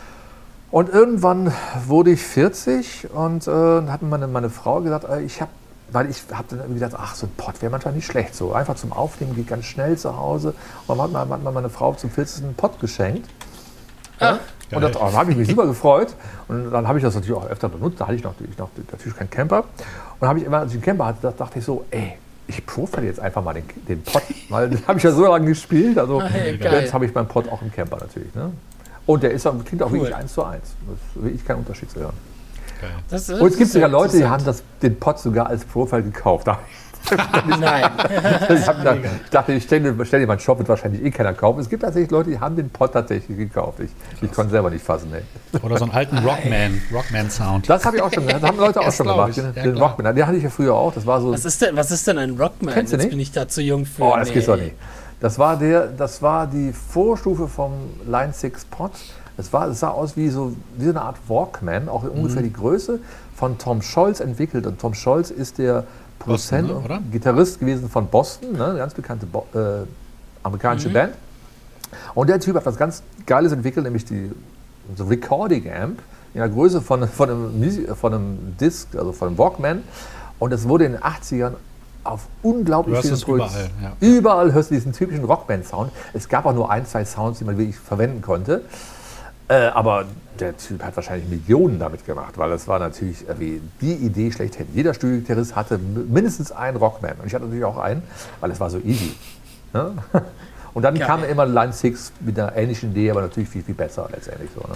Und irgendwann wurde ich vierzig und äh, hat mir meine, meine Frau gesagt, äh, ich habe, weil ich habe dann irgendwie gedacht, ach, so ein Pod wäre manchmal nicht schlecht. So einfach zum Aufnehmen, geht ganz schnell zu Hause. Und dann hat mir meine Frau zum vierzigsten Pod geschenkt. Ja? Ah, und da oh, habe ich mich super gefreut. Und dann habe ich das natürlich auch öfter benutzt. Da hatte ich noch, ich noch natürlich keinen Camper. Und habe ich immer, als ich einen Camper hatte, dachte ich so, ey, ich profile jetzt einfach mal den, den Pod, weil den habe ich ja so lange gespielt. Also Ach, hey, jetzt habe ich meinen Pod auch im Camper natürlich. Ne? Und der ist auch, klingt auch Cool. wirklich eins zu eins. Das ist wirklich kein Unterschied zu hören. Geil. Das, das Und es gibt ist sogar ja Leute, die haben interessant. das, den Pod sogar als Profile gekauft. Nein. Ich, hab gedacht, ich dachte, ich stelle stell dir meinen Shop, wird wahrscheinlich eh keiner kaufen. Es gibt tatsächlich Leute, die haben den Pod tatsächlich gekauft. Ich, ich konnte selber nicht fassen. Ey. Oder so einen alten Rockman, Rockman-Sound. Das habe ich auch schon, das haben Leute auch Das schon glaub gemacht. ich. Den, Ja, den klar. Rockman, den hatte ich ja früher auch. Das war so. Was ist denn, was ist denn ein Rockman? Kennst du Jetzt nicht? bin ich da zu jung für. Oh, das Nee. geht's doch nicht. Das war, der, das war die Vorstufe vom Line six Pod. Es, war, es sah aus wie so wie so eine Art Walkman, auch ungefähr die Größe, von Tom Scholz entwickelt. Und Tom Scholz ist der Produzent Boston, ne, oder? und Gitarrist gewesen von Boston, ne, eine ganz bekannte Bo äh, amerikanische Band. Und der Typ hat was ganz Geiles entwickelt, nämlich die so Recording Amp in der Größe von, von, einem, Musi- von einem Disc, also von einem Walkman. Und es wurde in den achtzigern auf unglaublich Du hörst vielen es Produktionen- überall, ja. Überall hörst du diesen typischen Rockband-Sound. Es gab auch nur ein, zwei Sounds, die man wirklich verwenden konnte. Äh, aber der Typ hat wahrscheinlich Millionen damit gemacht, weil das war natürlich irgendwie die Idee schlechthin. Jeder Studiogitarrist hatte m- mindestens einen Rockman. Und ich hatte natürlich auch einen, weil es war so easy. Ne? Und dann Geil. kam immer Line six mit einer ähnlichen Idee, aber natürlich viel, viel besser letztendlich so. Ne?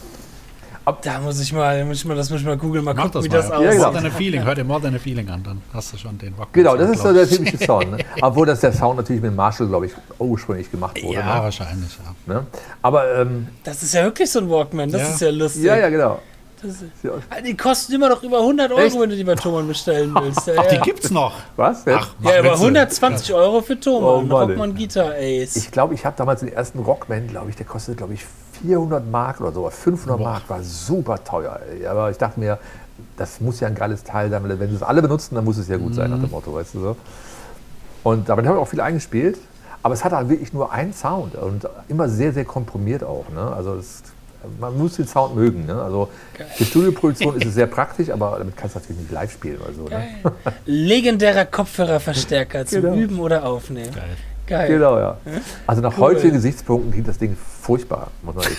Da muss ich mal, muss ich mal das muss ich mal googeln, mal Mach gucken, das wie mal. das Ja, aussieht. genau. More Than a Feeling. Hör dir More Than a Feeling an, dann hast du schon den Rockman. Genau, das ist so glaub der ich. typische Sound. Ne? Obwohl das der Sound natürlich mit Marshall, glaube ich, ursprünglich gemacht wurde. Ja, Ne? wahrscheinlich, ja. Ne? Aber ähm, Das ist ja wirklich so ein Walkman, das Ja. ist ja lustig. ja, ja, genau. Das ist, Ja. die kosten immer noch über hundert Euro, Echt? wenn du die bei Thomann bestellen willst. Ja, Ach, die ja. gibt's noch. Was? Ach, mach Ja, über Witze. hundertzwanzig Euro für Thomann. Oh, Mann, Rockman ey. Guitar Ace. Ich glaube, ich habe damals den ersten Rockman, glaube ich, der kostete, glaube ich, vierhundert Mark oder so. fünfhundert Boah. Mark war super teuer. Ey. Aber ich dachte mir, das muss ja ein geiles Teil sein, weil wenn sie es alle benutzen, dann muss es ja gut sein, nach dem Motto, weißt du so. Und damit habe ich auch viel eingespielt. Aber es hatte halt wirklich nur einen Sound und immer sehr, sehr komprimiert auch. Ne? Also es, man muss den Sound mögen. Ne? Also für Studioproduktion ist es sehr praktisch, aber damit kannst du natürlich nicht live spielen oder so. Ne? Geil. Legendärer Kopfhörerverstärker zum Genau. Üben oder Aufnehmen. Geil. Geil. Genau, ja. Also nach Cool. heutigen Gesichtspunkten klingt das Ding furchtbar, muss man echt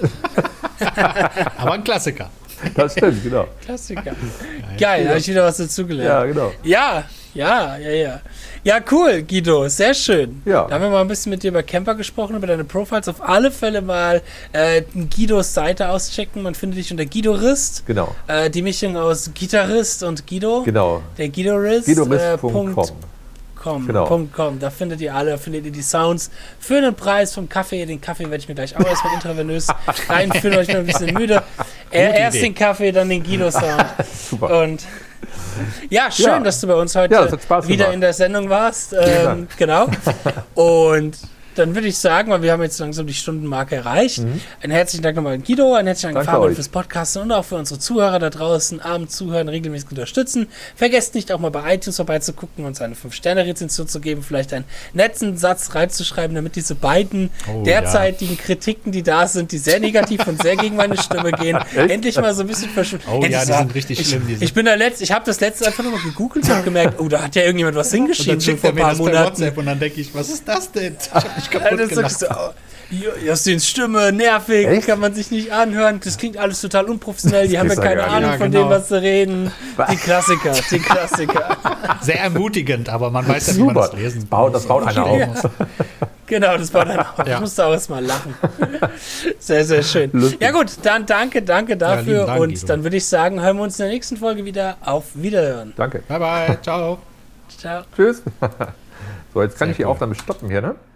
sagen. Aber ein Klassiker. Das stimmt, genau. Klassiker. Geil, da habe ich wieder was dazugelernt. Ja, genau. Ja, ja, ja, ja. Ja, cool, Guido, sehr schön. Ja. Da haben wir mal ein bisschen mit dir über Camper gesprochen, über deine Profiles. Auf alle Fälle mal äh, Guidos Seite auschecken. Man findet dich unter Guidorist. Genau. Äh, die Mischung aus Gitarrist und Guido. Genau. Der Guidorist. Guidorist Punkt com. Äh, Com, Genau. Punkt com. Da findet ihr alle, findet ihr die Sounds für einen Preis vom Kaffee. Den Kaffee werde ich mir gleich auch erstmal intravenös reinfüllen, weil ich bin ein bisschen müde. Er, erst Idee. den Kaffee, dann den Guido-Sound. Super. Und ja, schön, Ja. dass du bei uns heute Ja, das hat Spaß wieder gemacht. in der Sendung warst. Vielen Ähm, Dank. genau. Und dann würde ich sagen, weil wir haben jetzt langsam die Stundenmarke erreicht. Einen herzlichen Dank nochmal an Guido, einen herzlichen Dank Mhm. Danke Fabian euch. fürs Podcasten und auch für unsere Zuhörer da draußen. Abend zuhören, regelmäßig unterstützen. Vergesst nicht auch mal bei iTunes vorbeizugucken und uns eine fünf Sterne Rezension zu geben, vielleicht einen netten Satz reinzuschreiben, damit diese beiden Oh, derzeitigen Kritiken, die da sind, die sehr negativ und sehr gegen meine Stimme gehen, endlich mal so ein bisschen verschwinden. Oh Endlich ja, die so- sind richtig ich, schlimm, die sind- Ich bin der Letzte, ich habe das letzte einfach nur mal gegoogelt und gemerkt, oh, da hat ja irgendjemand was Und dann hingeschrieben so schickt vor er ein mir paar das per Monaten. WhatsApp und dann denke ich, was ist das denn? Ich hab mich Ja, kaputt das gelacht. sagst du, oh, Justins Stimme, nervig, Echt? kann man sich nicht anhören, das klingt alles total unprofessionell, die Das haben ja gibt's ja keine gar nicht. Ahnung Ja, von genau. dem, was sie reden. Die Klassiker, die Klassiker. Sehr ermutigend, aber man weiß ja, wie man Super. das lesen Das baut, das baut einer auf. Ja. Genau, das war dann auch. Ich Ja. musste auch erstmal lachen. Sehr, sehr schön. Lustig. Ja gut, dann danke, danke dafür lieben Dank, und Guido. dann würde ich sagen, hören wir uns in der nächsten Folge wieder. Auf Wiederhören. Danke. Bye, bye, ciao. Ciao. Tschüss. So, jetzt kann Sehr ich die cool. Aufnahme stoppen hier, ne?